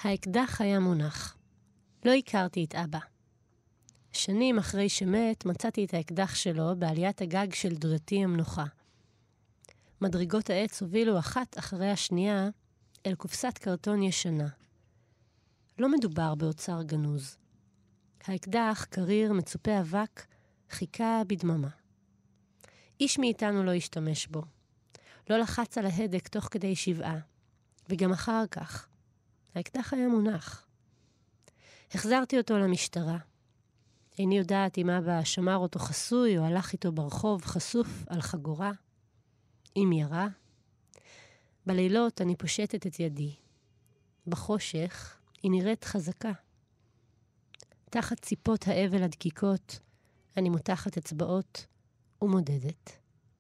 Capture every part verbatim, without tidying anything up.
האקדח היה מונח. לא הכרתי את אבא. שנים אחרי שמת מצאתי את האקדח שלו בעליית הגג של דודתי המנוחה. מדרגות העץ הובילו אחת אחרי השנייה אל קופסת קרטון ישנה. לא מדובר באוצר גנוז. האקדח, קריר, מצופה אבק, חיכה בדממה. איש מאיתנו לא השתמש בו. לא לחץ על ההדק תוך כדי שבעה. וגם אחר כך. האקדח היה מונח. החזרתי אותו למשטרה. איני יודעת אם אבא שמר אותו חסוי או הלך איתו ברחוב חשוף על חגורה. אם ירה. בלילות אני פושטת את ידי. בחושך היא נראית חזקה. תחת ציפות האבל הדקיקות אני מותחת אצבעות ומודדת.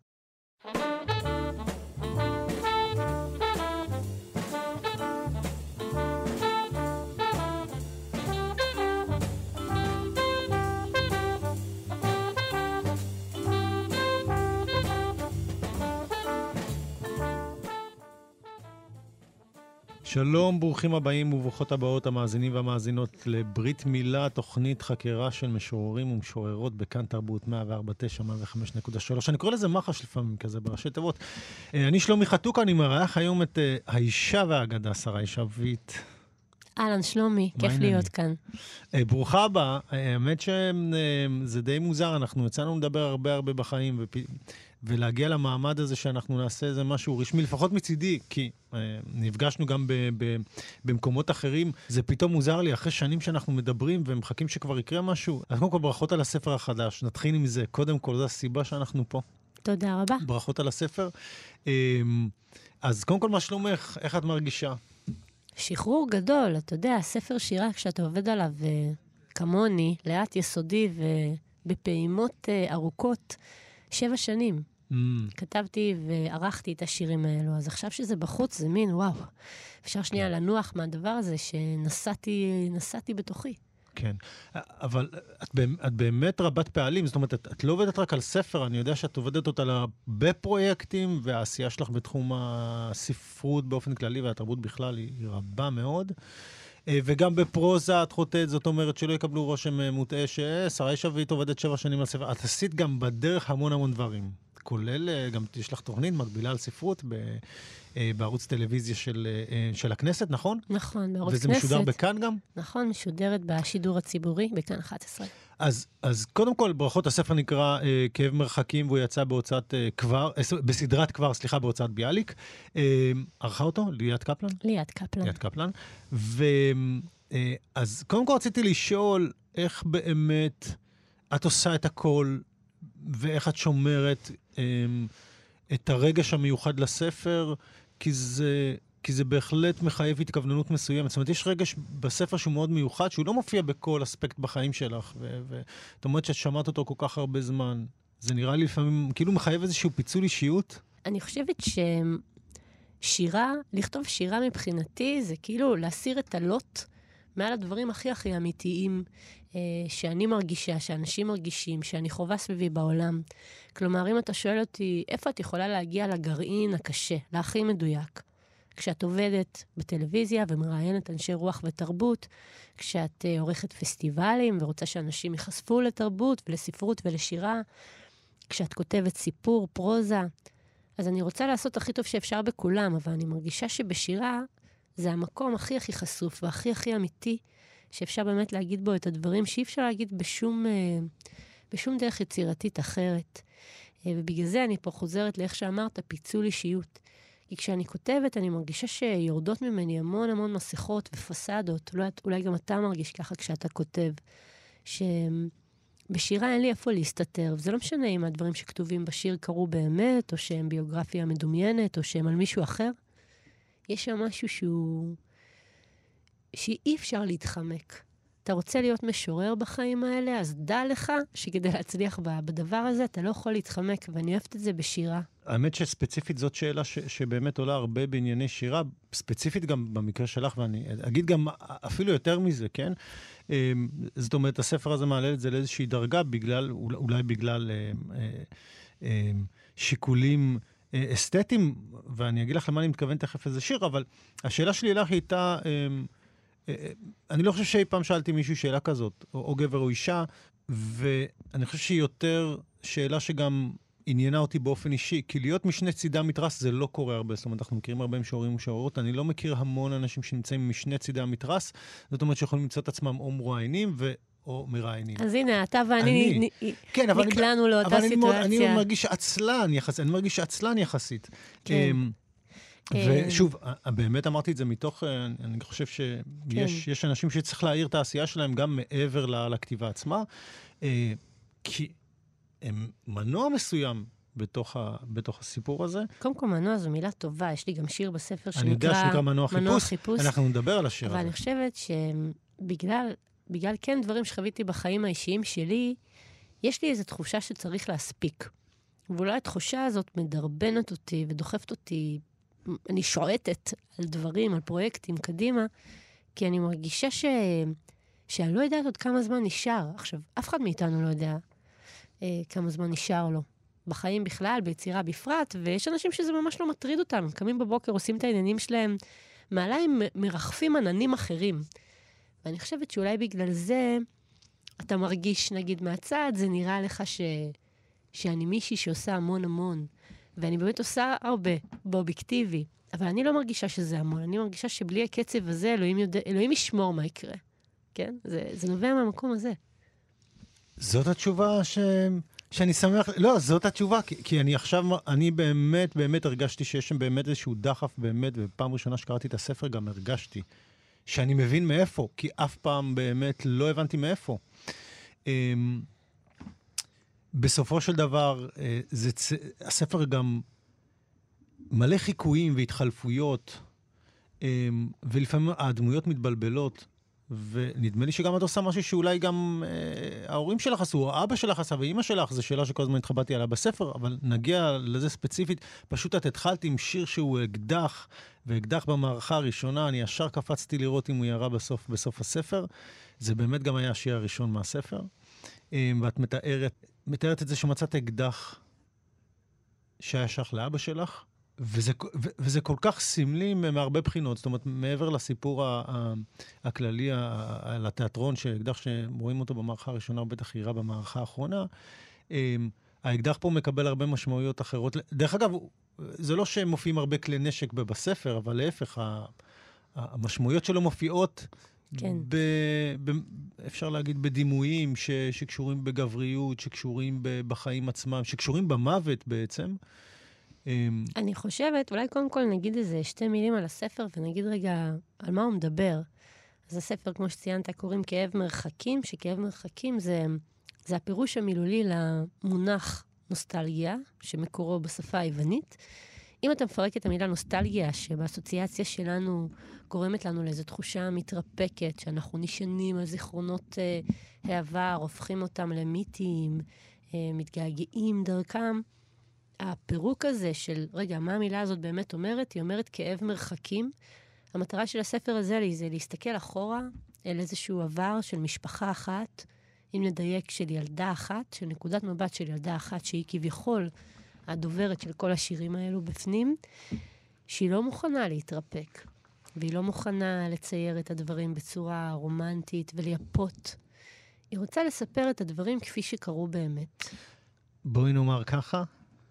שלום, ברוכים הבאים וברוכות הבאות המאזינים והמאזינות לברית מילה, תוכנית חקירה של משוררים ומשוררות בכאן תרבות מאה וארבע נקודה תשע, מאה וחמש נקודה שלוש. אני קורא לזה מחש לפעמים כזה בראשי תיבות. אני שלומי חתוקה, אני מארח היום את האישה והאגדה שרי שביט. אהלן שלומי, כיף להיות כאן. ברוכה הבאה, האמת שזה די מוזר, אנחנו יצאנו לדבר הרבה הרבה בחיים ופ... ולהגיע למעמד הזה שאנחנו נעשה איזה משהו רשמי, לפחות מצידי, כי אה, נפגשנו גם ב- ב- במקומות אחרים, זה פתאום מוזר לי, אחרי שנים שאנחנו מדברים ומחכים שכבר יקרה משהו. אז קודם כל ברכות על הספר החדש, נתחיל עם זה, קודם כל, זו הסיבה שאנחנו פה. תודה רבה. ברכות על הספר. אה, אז קודם כל, מה שלומך? איך את מרגישה? שחרור גדול, אתה יודע, ספר שירה, כשאתה עובד עליו אה, כמוני, לאט יסודי ובפעימות אה, ארוכות, שבע שנים. Mm. כתבתי וערכתי את השירים האלו, אז עכשיו שזה בחוץ זה מין, וואו, אפשר שנייה כן. לנוח מהדבר הזה שנסעתי נסעתי בתוכי. כן, אבל את, את באמת רבת פעלים, זאת אומרת, את, את לא עובדת רק על ספר, אני יודע שאת עובדת אותה הרבה פרויקטים, והעשייה שלך בתחום הספרות באופן כללי והתרבות בכלל היא רבה מאוד. וגם בפרוזה את חוטאת, זאת אומרת שלא יקבלו רושם מוטעה ששרי שביט עובדת שבע שנים על ספר. את עשית גם בדרך המון המון דברים. כולל, גם יש לך תוכנית מקבילה על ספרות ב, בערוץ טלוויזיה של, של הכנסת, נכון? נכון, בערוץ וזה כנסת. וזה משודר בכאן גם? נכון, משודרת בשידור הציבורי, בכאן אחת עשרה. אז, אז קודם כל, ברכות, הספר נקרא אה, כאב מרחקים, והוא יצא בהוצאת אה, כבר, אה, בסדרת כבר, סליחה, בהוצאת ביאליק. אה, ערכה אותו? ליאת קפלן? ליאת קפלן. ליאת קפלן. ו, אה, אז קודם כל רציתי לשאול, איך באמת את עושה את הכל, ואיך את שומרת אה, את הרגש המיוחד לספר, כי זה... כי זה בהחלט מחייב התכווננות מסוימת. זאת אומרת, יש רגש בספר שהוא מאוד מיוחד, שהוא לא מופיע בכל אספקט בחיים שלך, ואת אומרת שאת שמעת אותו כל כך הרבה זמן. זה נראה לי לפעמים, כאילו מחייב איזשהו פיצול אישיות. אני חושבת ששירה, לכתוב שירה מבחינתי, זה כאילו להסיר את הלוט מעל הדברים הכי הכי אמיתיים, שאני מרגישה, שאנשים מרגישים, שאני חובה סביבי בעולם. כלומר, אם אתה שואל אותי, איפה את יכולה להגיע לגרעין הקשה, להכי מדויק? כשאת עובדת בטלוויזיה ומראיינת אנשי רוח ותרבות, כשאת uh, עורכת פסטיבלים ורוצה שאנשים ייחשפו לתרבות ולספרות ולשירה, כשאת כותבת סיפור, פרוזה, אז אני רוצה לעשות הכי טוב שאפשר בכולם, אבל אני מרגישה שבשירה זה המקום הכי הכי חשוף והכי הכי אמיתי, שאפשר באמת להגיד בו את הדברים שאי אפשר להגיד בשום, uh, בשום דרך יצירתית אחרת. Uh, ובגלל זה אני פה חוזרת לאיך שאמרת, פיצול אישיות. כי כשאני כותבת, אני מרגישה שיורדות ממני המון המון מסכות ופסדות. אולי, אולי גם אתה מרגיש ככה כשאתה כותב. שבשירה אין לי איפה להסתתר. וזה לא משנה אם הדברים שכתובים בשיר קרו באמת, או שהם ביוגרפיה מדומיינת, או שהם על מישהו אחר. יש שם משהו שהוא... שאי אפשר להתחמק. אתה רוצה להיות משורר בחיים האלה, אז דע לך שכדי להצליח בדבר הזה, אתה לא יכול להתחמק, ואני אוהבת את זה בשירה. האמת שספציפית זאת שאלה ש, שבאמת עולה הרבה בענייני שירה, ספציפית גם במקרה שלך, ואני אגיד גם אפילו יותר מזה, כן? זאת אומרת, הספר הזה מעלה את זה לאיזושהי דרגה, בגלל, אולי בגלל אה, אה, שיקולים אסתטיים, ואני אגיד לך למה אני מתכוון תכף איזה שיר, אבל השאלה שלי לך הייתה... אה, אני לא חושב שאי פעם שאלתי מישהו שאלה כזאת, או, או גבר או אישה, ואני חושב שהיא יותר שאלה שגם עניינה אותי באופן אישי, כי להיות משני צידי המתרס זה לא קורה הרבה, זאת אומרת, אנחנו מכירים הרבה משוררים ומשוררות, אני לא מכיר המון אנשים שנמצאים משני צידי המתרס, זאת אומרת שיכולים למצוא את עצמם או מרואיינים ו... או מראיינים. אז הנה, אתה ואני נקלענו לאותה סיטואציה. אני מרגיש עצלן יחסית, אני מרגיש עצלן יחסית. ושוב, באמת אמרתי את זה מתוך, אני חושב שיש אנשים שצריך להעיר את העשייה שלהם גם מעבר לכתיבה עצמה, כי הם מנוע מסוים בתוך, ה, בתוך הסיפור הזה. קודם כל, מנוע זו מילה טובה. יש לי גם שיר בספר שנקרא... אני יודע שנקרא מנוע חיפוש. מנוע חיפוש. אנחנו נדבר על השיר אבל הזה. אני חושבת שבגלל בגלל כן דברים שחוויתי בחיים האישיים שלי, יש לי איזו תחושה שצריך להספיק. ואולי התחושה הזאת מדרבנת אותי ודוחפת אותי, אני שועטת על דברים, על פרויקטים קדימה, כי אני מרגישה ש... שאני לא יודעת עוד כמה זמן נשאר. עכשיו, אף אחד מאיתנו לא יודע אה, כמה זמן נשאר לו. בחיים בכלל, ביצירה בפרט, ויש אנשים שזה ממש לא מטריד אותם. הם קמים בבוקר, עושים את העניינים שלהם, מעליים מרחפים עננים אחרים. ואני חושבת שאולי בגלל זה, אתה מרגיש, נגיד, מהצד, זה נראה לך ש... שאני מישהי שעושה המון המון, ואני באמת עושה הרבה, באובייקטיבי, אבל אני לא מרגישה שזה המון, אני מרגישה שבלי הקצב הזה, אלוהים, יודע... אלוהים ישמור מה יקרה. כן? זה, זה נובע מהמקום הזה. זאת התשובה ש... שאני שמח... לא, זאת התשובה, כי, כי אני עכשיו, אני באמת, באמת הרגשתי שיש שם באמת איזשהו דחף, באמת, ובפעם ראשונה שקראתי את הספר גם הרגשתי שאני מבין מאיפה, כי אף פעם באמת לא הבנתי מאיפה. בסופו של דבר, זה, הספר גם מלא חיקויים והתחלפויות, ולפעמים הדמויות מתבלבלות, ונדמה לי שגם את עושה משהו שאולי גם אה, ההורים שלך עשו, או אבא שלך עשה, ואמא שלך, זו שאלה שכל הזמן התחבאתי עליה בספר, אבל נגיע לזה ספציפית. פשוט את התחלתי עם שיר שהוא אקדח, ואקדח במערכה הראשונה, אני ישר קפצתי לראות אם הוא ירה בסוף, בסוף הספר. זה באמת גם היה השיר הראשון מהספר. אה, ואת מתארת, מתארת את זה שמצאת אקדח שהיה שייך לאבא שלך, וזה, וזה כל כך סמלי מהרבה בחינות, זאת אומרת, מעבר לסיפור הכללי על התיאטרון, שהאקדח שרואים אותו במערכה הראשונה, בטח ירה במערכה האחרונה, האקדח פה מקבל הרבה משמעויות אחרות. דרך אגב, זה לא שהם מופיעים הרבה כלי נשק בספר, אבל להפך, המשמעויות שלו מופיעות, כן. ב, ב, אפשר להגיד, בדימויים ש, שקשורים בגבריות, שקשורים בחיים עצמם, שקשורים במוות בעצם, אני חושבת, אולי קודם כל נגיד איזה שתי מילים על הספר, ונגיד רגע על מה הוא מדבר. אז הספר, כמו שציינת, קוראים כאב מרחקים, שכאב מרחקים זה, זה הפירוש המילולי למונח נוסטלגיה, שמקורו בשפה היוונית. אם אתה מפרק את המילה נוסטלגיה, שבאסוציאציה שלנו גורמת לנו לאיזו תחושה מתרפקת, שאנחנו נשענים על זיכרונות אה, העבר, הופכים אותם למיתיים, אה, מתגעגעים דרכם, הפירוק הזה של, רגע, מה המילה הזאת באמת אומרת? היא אומרת כאב מרחקים. המטרה של הספר הזה זה להסתכל אחורה אל איזשהו עבר של משפחה אחת, אם נדייק של ילדה אחת, של נקודת מבט של ילדה אחת, שהיא כביכול הדוברת של כל השירים האלו בפנים, שהיא לא מוכנה להתרפק, והיא לא מוכנה לצייר את הדברים בצורה רומנטית ולייפות. היא רוצה לספר את הדברים כפי שקרו באמת. בואי נאמר ככה,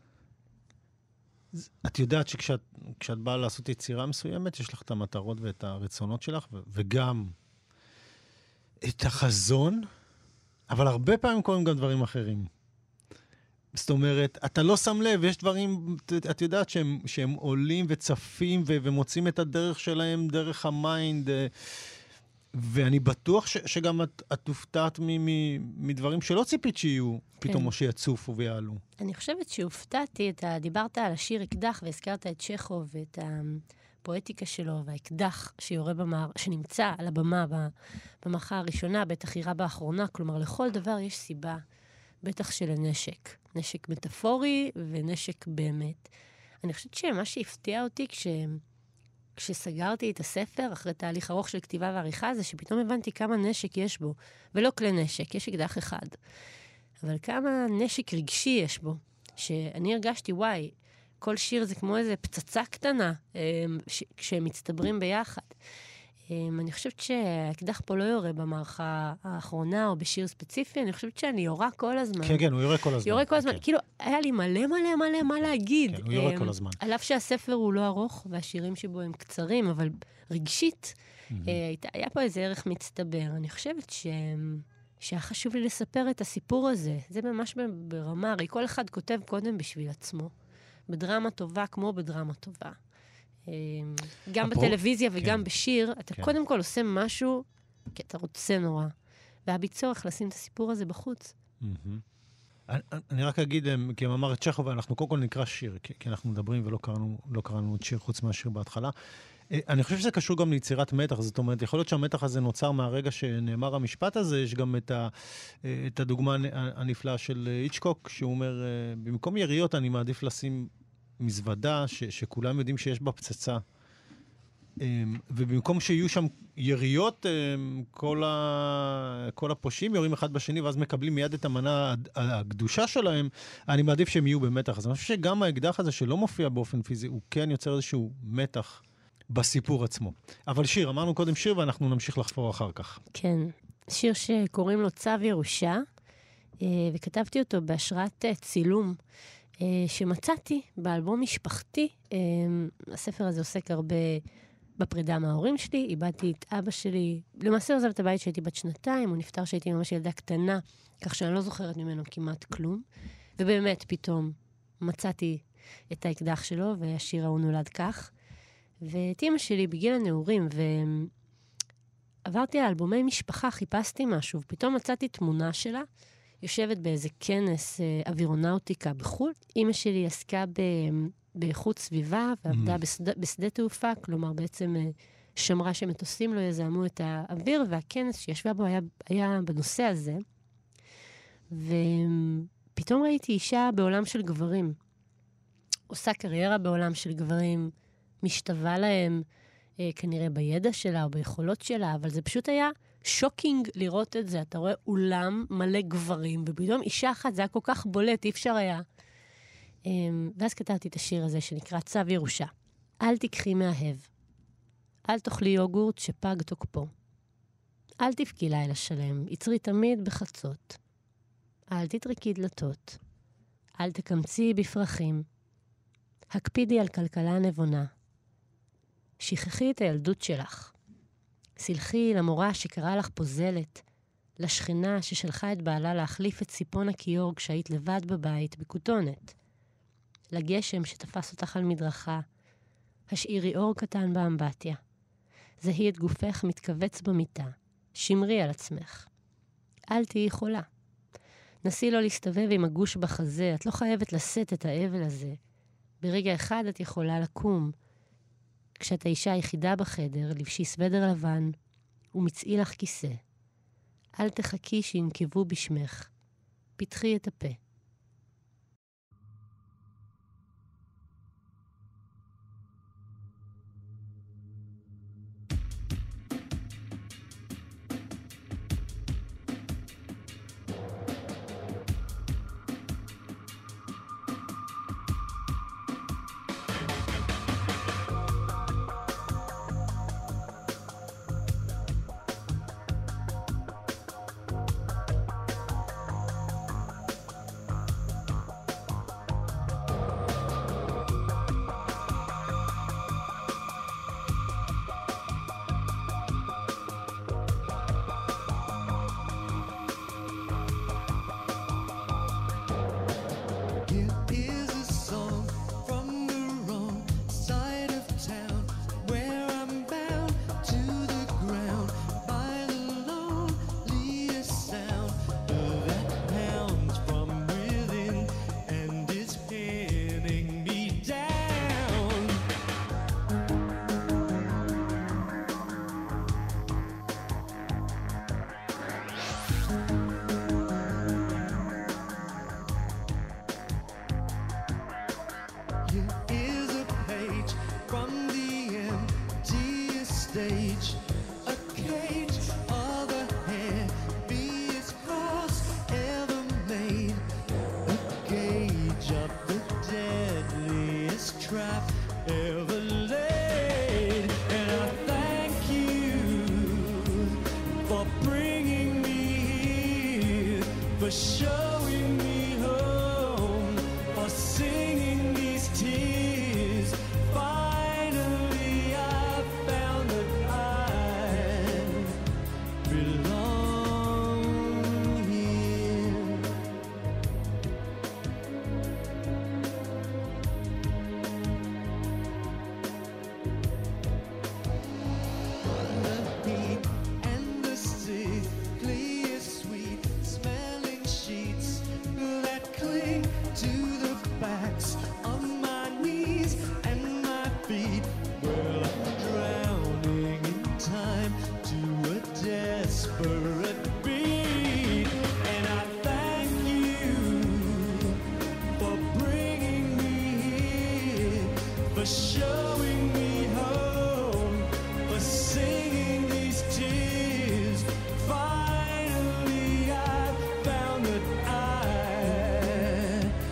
את יודעת שכשאת כשאת באה לעשות יצירה מסוימת, יש לך את המטרות ואת הרצונות שלך, ו- וגם את החזון, אבל הרבה פעמים קוראים גם דברים אחרים. זאת אומרת, אתה לא שם לב, יש דברים, את יודעת שהם, שהם עולים וצפים ו- ומוצאים את הדרך שלהם דרך המיינד, ואני בטוח ש- שגם את, את תופתעת מ- מ- מדברים שלא ציפית שיהיו, פתאום או שיצופו ויעלו. אני חושבת שהופתעתי, אתה דיברת על השיר אקדח והזכרת את צ'כוב ואת הפואטיקה שלו והאקדח שיורה במער, שנמצא על הבמה במערכה הראשונה, בטח ירה באחרונה, כלומר לכל דבר יש סיבה, בטח של נשק. נשק מטאפורי ונשק באמת. אני חושבת שמה שהפתיע אותי כש... כשסגרתי את הספר, אחרי תהליך ארוך של כתיבה ועריכה, זה שפתאום הבנתי כמה נשק יש בו. ולא כלי נשק, יש אקדח אחד. אבל כמה נשק רגשי יש בו. שאני הרגשתי, וואי, כל שיר זה כמו איזה פצצה קטנה, ש- כשהם מצטברים ביחד. אני חושבת שהאקדח פה לא יורה במערכה האחרונה, או בשיר ספציפי, אני חושבת שאני יורה כל הזמן. כן, כן, הוא יורה כל הזמן. יורה כל הזמן. כאילו, היה לי מלא מלא מלא מה להגיד. כן, הוא יורה כל הזמן. על אף שהספר הוא לא ארוך, והשירים שבו הם קצרים, אבל רגשית, היה פה איזה ערך מצטבר. אני חושבת ש... שהיה חשוב לי לספר את הסיפור הזה. זה ממש ברמה, הרי כל אחד כותב קודם בשביל עצמו. בדרמה טובה כמו בדרמה טובה. גם בטלוויזיה וגם בשיר, אתה קודם כל עושה משהו, כי אתה רוצה נורא. והיה בי צורך לשים את הסיפור הזה בחוץ. אני רק אגיד, כי הם אמר את צ'כוב, אנחנו קודם כל נקרא שיר, כי אנחנו מדברים ולא קראנו את שיר חוץ מהשיר בהתחלה. אני חושב שזה קשור גם ליצירת מתח, זאת אומרת, יכול להיות שהמתח הזה נוצר מהרגע שנאמר המשפט הזה, יש גם את, ה, את הדוגמה הנפלאה של היצ'קוק, שהוא אומר, במקום יריות אני מעדיף לשים מזוודה ש, שכולם יודעים שיש בה פצצה, ובמקום שיהיו שם יריות, כל, ה, כל הפושעים יורים אחד בשני, ואז מקבלים מיד את המנה הקדושה שלהם, אני מעדיף שהם יהיו במתח. אז אני חושב שגם האקדח הזה שלא מופיע באופן פיזי, הוא כן יוצר איזשהו מתח, בסיפור עצמו. אבל שיר, אמרנו קודם שיר, ואנחנו נמשיך לחפור אחר כך. כן, שיר שקוראים לו צו ירושה, וכתבתי אותו בהשראת צילום, שמצאתי באלבום משפחתי. הספר הזה עוסק הרבה בפרידה מההורים שלי, איבדתי את אבא שלי, למעשה עוזב את הבית שהייתי בת שנתיים, הוא נפטר שהייתי ממש ילדה קטנה, כך שאני לא זוכרת ממנו כמעט כלום, ובאמת פתאום מצאתי את האקדח שלו, והשיר ההוא נולד כך. ואת אמא שלי בגיל הנעורים, ועברתי על אלבומי משפחה, חיפשתי משהו, ופתאום מצאתי תמונה שלה, יושבת באיזה כנס אה, אווירונאוטיקה בחו"ל. אמא שלי עסקה ב, באיכות סביבה, ועבדה mm. בשדה, בשדה תעופה, כלומר בעצם אה, שמרה שמטוסים לא יזהמו את האוויר, והכנס שישבה בו היה, היה בנושא הזה. ופתאום ראיתי אישה בעולם של גברים, עושה קריירה בעולם של גברים, משתווה להם אה, כנראה בידע שלה או ביכולות שלה, אבל זה פשוט היה שוקינג לראות את זה. אתה רואה אולם מלא גברים, ופתאום אישה אחת, זה היה כל כך בולט, אי אפשר היה. אה, ואז כתבתי את השיר הזה שנקרא צו ירושה. אל תקחי מאהב. אל תאכלי יוגורט שפג תוקפו. אל תבכי לילה שלם, יצרי תמיד בחצות. אל תטרקי דלתות. אל תקמצי בפרחים. הקפידי על כלכלה נבונה. שכחי את הילדות שלך. סלחי למורה שקרא לך פוזלת, לשכנה ששלחה את בעלה להחליף את סיפון הכיור כשהיית לבד בבית בכותונת, לגשם שתפס אותך על מדרכה, השאירי אור קטן באמבטיה. זהי את גופך מתכווץ במיטה, שמרי על עצמך. אל תהי חולה. נסי לא להסתובב עם הגוש בחזה, את לא חייבת לשאת את האבל הזה. ברגע אחד את יכולה לקום. כשאת האישה היחידה בחדר, לבשי סוודר לבן, ומצאי לך כיסא. אל תחכי שינקבו בשמך. פתחי את הפה. for showing me home, for singing these tears. Finally I found that I belong here. The heat and the sea, clear, sweet, smelling sheets that cling to the backs of my knees and my feet. Well, I'm drowning in time to a desperate beat, and I thank you for bringing me here, for showing me home, for singing these tears. Finally I found that I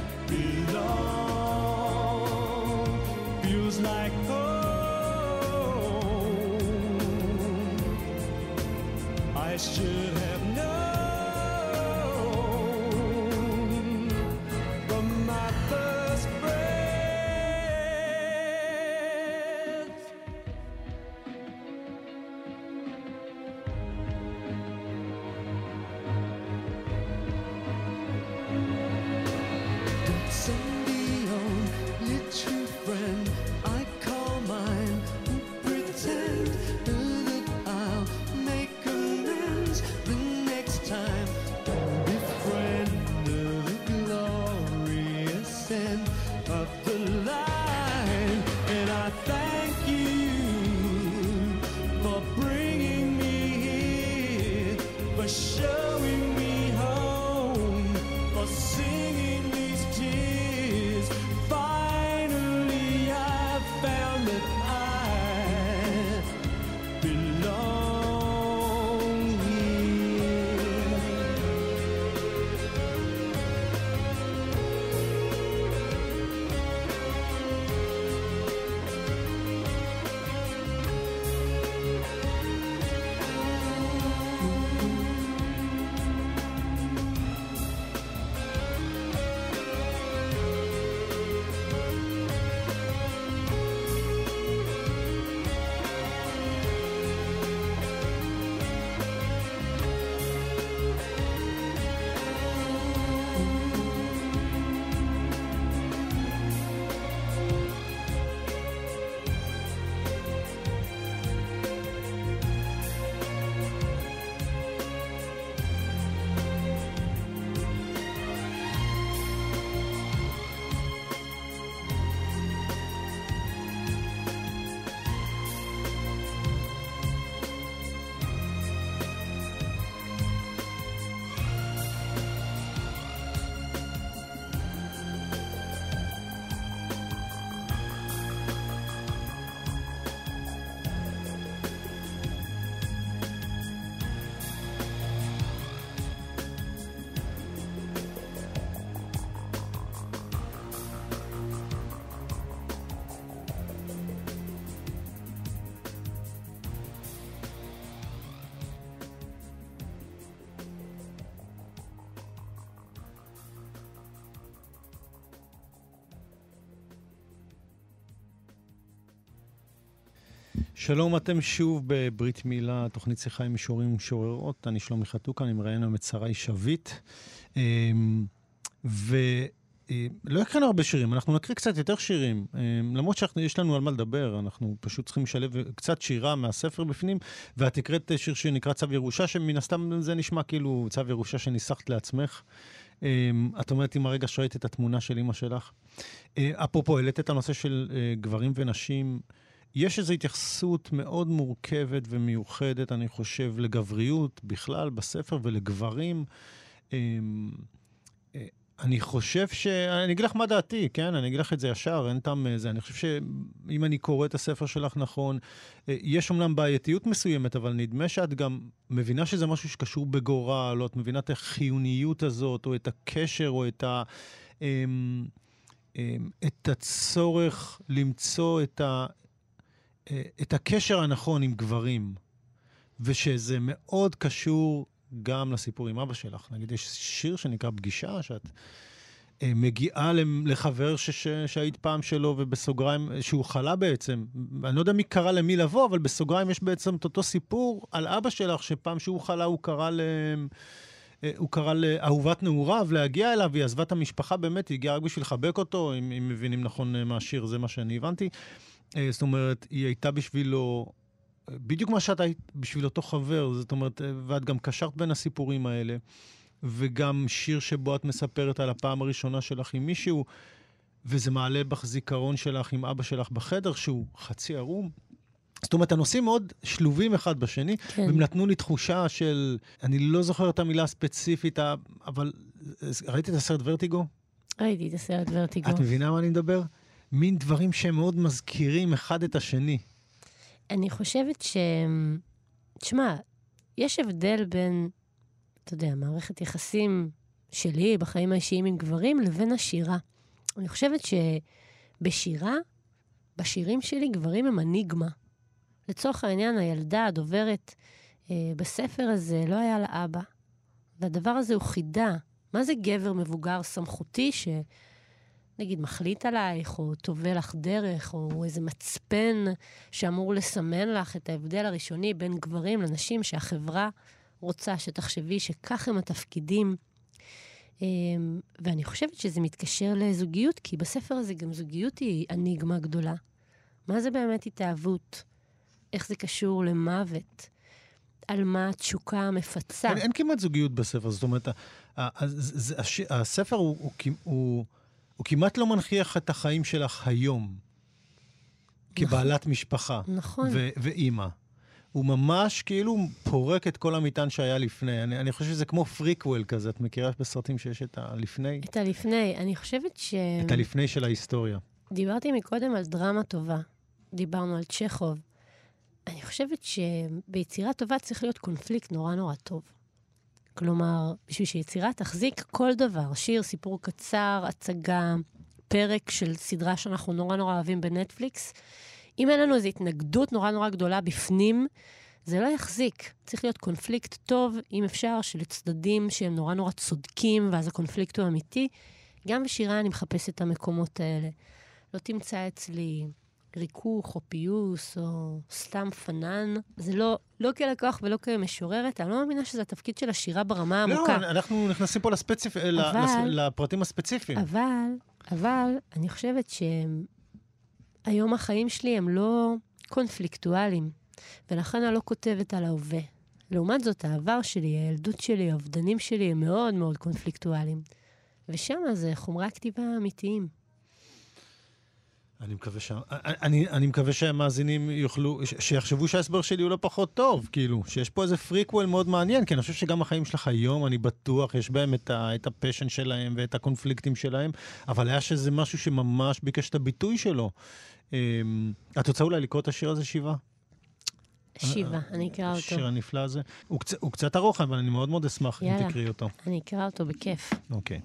belong. Feels like home. I should have known from my first breath. That symbiote, little friend I call mine, who pretend that I'll make amends the next time. Don't befriend the glorious end of the line. And I thank you for bringing me here, for showing me home, for singing these tears. Finally I found that I belong here. שלום, אתם שוב בברית מילה, תוכנית שיחה עם מישורים ומשוררות. אני שלומי חתוקה, אני מראיין היום את שרי שביט. ולא הקראנו הרבה שירים, אנחנו נקריא קצת יותר שירים. למרות שיש לנו על מה לדבר, אנחנו פשוט צריכים לשלב קצת שירה מהספר בפנים, ואת הקראת שיר שנקרא צו ירושה, שמן הסתם זה נשמע כאילו צו ירושה שניסחת לעצמך. את אומרת, עם הרגע שראית את התמונה של אמא שלך. אפרופו, העלית את הנושא של גברים ונשים. יש איזו התייחסות מאוד מורכבת ומיוחדת, אני חושב, לגבריות בכלל בספר ולגברים. אני חושב ש... אני אגיד לך מה דעתי, כן? אני אגיד לך את זה ישר, אין טעם זה. אני חושב שאם אני קורא את הספר שלך נכון, יש אומנם בעייתיות מסוימת, אבל נדמה שאת גם מבינה שזה משהו שקשור בגורל, או את מבינה את החיוניות הזאת, או את הקשר, או את ה... את הצורך למצוא את ה... את הקשר הנכון עם גברים, ושזה מאוד קשור גם לסיפור עם אבא שלך. נגיד, יש שיר שנקרא פגישה, שאת אה, מגיעה לחבר ש- ש- שהיית פעם שלו, ובסוגריים, שהוא חלה בעצם. אני לא יודע מי קרא למי לבוא, אבל בסוגריים יש בעצם את אותו סיפור על אבא שלך, שפעם שהוא חלה הוא קרא ל... הוא קרא לאהובת נעוריו להגיע אליו, היא עזבה את המשפחה באמת, היא הגיעה רק בשביל לחבק אותו, אם, אם מבינים נכון מהשיר, זה מה שאני הבנתי. זאת אומרת, היא הייתה בשבילו, בדיוק מה שאת היית בשביל אותו חבר, זאת אומרת, ואת גם קשרת בין הסיפורים האלה, וגם שיר שבו את מספרת על הפעם הראשונה שלך עם מישהו, וזה מעלה בך זיכרון שלך עם אבא שלך בחדר, שהוא חצי ערום. זאת אומרת, הנושאים מאוד שלובים אחד בשני, כן. והם נתנו לי תחושה של, אני לא זוכר את המילה הספציפית, אבל ראיתי את הסרט ורטיגו? ראיתי את הסרט ורטיגו. את מבינה מה אני מדבר? מין דברים שהם מאוד מזכירים אחד את השני. אני חושבת ש... תשמע, יש הבדל בין, אתה יודע, מערכת יחסים שלי בחיים האישיים עם גברים, לבין השירה. אני חושבת שבשירה, בשירים שלי, גברים הם אניגמה. לצורך העניין, הילדה הדוברת אה, בספר הזה לא היה לה אבא. והדבר הזה הוא חידה. מה זה גבר מבוגר סמכותי שנגיד מחליט עלייך, או תובל לך דרך, או איזה מצפן שאמור לסמן לך את ההבדל הראשוני בין גברים לנשים שהחברה רוצה שתחשבי שכך הם התפקידים. אה, ואני חושבת שזה מתקשר לזוגיות, כי בספר הזה גם זוגיות היא אניגמה גדולה. מה זה באמת התאהבות? איך זה קשור למוות? על מה התשוקה מפצה? אין, אין כמעט זוגיות בספר, זאת אומרת, הספר הוא, הוא, הוא, הוא כמעט לא מנכיח את החיים שלך היום, כבעלת משפחה נכון. ו- ואימא. הוא ממש כאילו פורק את כל המטען שהיה לפני. אני, אני חושב שזה כמו פריקוול כזה, את מכירה בסרטים שיש את הלפני? את הלפני, אני חושבת ש... את הלפני של ההיסטוריה. דיברתי מקודם על דרמה טובה. דיברנו על צ'כוב. אני חושבת שביצירה טובה צריך להיות קונפליקט נורא נורא טוב. כלומר, בשביל שיצירה תחזיק כל דבר, שיר, סיפור קצר, הצגה, פרק של סדרה שאנחנו נורא נורא אוהבים בנטפליקס, אם אין לנו איזו התנגדות נורא נורא גדולה בפנים, זה לא יחזיק. צריך להיות קונפליקט טוב, אם אפשר, של צדדים שהם נורא נורא צודקים, ואז הקונפליקט הוא אמיתי. גם בשירה אני מחפשת את המקומות האלה. לא תמצא אצלי ריכוך או פיוס או סתם פנן. זה לא, לא כלקוח ולא כמשוררת. אני לא מאמינה שזה התפקיד של השירה ברמה העמוקה. לא, אנחנו נכנסים פה לספציפ... אבל, לפרטים הספציפיים. אבל, אבל אני חושבת שהיום החיים שלי הם לא קונפליקטואליים, ולכן אני לא כותבת על ההווה. לעומת זאת, העבר שלי, הילדות שלי, האובדנים שלי הם מאוד מאוד קונפליקטואליים. ושם זה חומרי הכתיבה האמיתיים. אני מקווה ש... אני, אני מקווה שהמאזינים יוכלו, שיחשבו שההסבר שלי הוא לא פחות טוב, כאילו, שיש פה איזה פריקוול מאוד מעניין, כי אני חושב שגם החיים שלך היום, אני בטוח, יש בהם את, ה, את הפשן שלהם ואת הקונפליקטים שלהם, אבל היה שזה משהו שממש ביקש את הביטוי שלו. את רוצה אולי לקרוא את השיר הזה, שיבה? שיבה, אני אקרא אותו. השיר הנפלא הזה. הוא, קצ... הוא קצת ארוך, אבל אני מאוד מאוד אשמח אם תקראי אותו. אני אקרא אותו בכיף. אוקיי.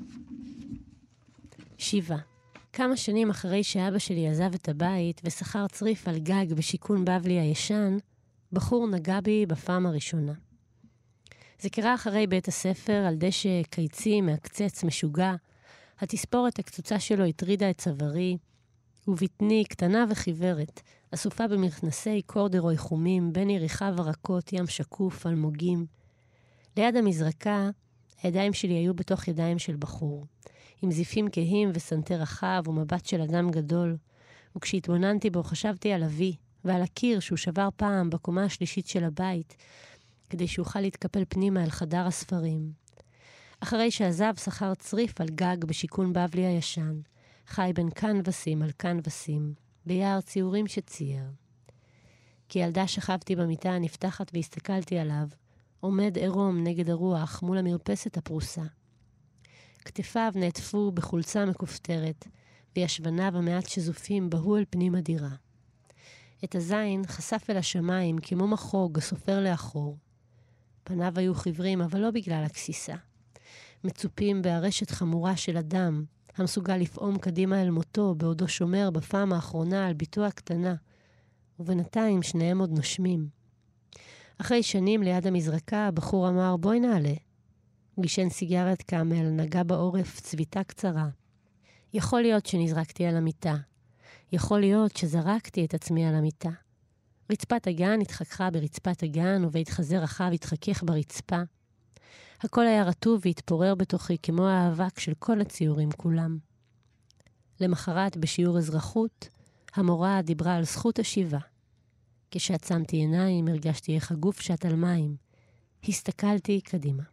שיבה. כמה שנים אחרי שאבא שלי עזב את הבית ושכר צריף על גג בשיכון בבלי הישן, בחור נגע בי בפעם הראשונה. זה קרה אחרי בית הספר על דשא קיצי מהקצץ משוגע, התספורת הקצוצה שלו הטרידה את צווארי, ובטני קטנה וחיוורת, אסופה במכנסי קורדרוי חומים, בין יריחיו הרכות, ים שקוף, אלמוגים. ליד המזרקה, הידיים שלי היו בתוך ידיים של בחור. עם זיפים כהים וסנטר רחב ומבט של אדם גדול, וכשהתבוננתי בו חשבתי על אבי ועל הקיר שהוא שבר פעם בקומה השלישית של הבית, כדי שאוכל להתקפל פנימה אל חדר הספרים. אחרי שעזב שכר צריף על גג בשיכון בבלי הישן, חי בין קנבסים על קנבסים, ביער ציורים שצייר. כי ילדה שכבתי במיטה הנפתחת והסתכלתי עליו, עומד עירום נגד הרוח מול המרפסת הפרוסה. כתפיו נעטפו בחולצה מכופתרת, וישבניו המעט שזופים בהו אל פנים הדירה. את הזין חשף אל השמיים כמו מחוג הסופר לאחור. פניו היו חיוורים, אבל לא בגלל הכסיסה. מצופים בארשת חמורה של אדם, המסוגל לפעום קדימה אל מותו, בעודו שומר בפעם האחרונה על ביתו הקטנה, ובינתיים שניהם עוד נושמים. אחרי שנים ליד המזרקה, הבחור אמר, בואי נעלה. הוא גישן סיגרת קאמל, נגע בעורף צביטה קצרה. יכול להיות שנזרקתי על המיטה. יכול להיות שזרקתי את עצמי על המיטה. רצפת הגן התחככה ברצפת הגן, ובית חזה רחב התחכך ברצפה. הכל היה רטוב והתפורר בתוכי כמו האבק של כל הציורים כולם. למחרת, בשיעור אזרחות, המורה דיברה על זכות השיבה. כשעצמתי עיניים, הרגשתי איך הגוף שט על מים. הסתכלתי קדימה.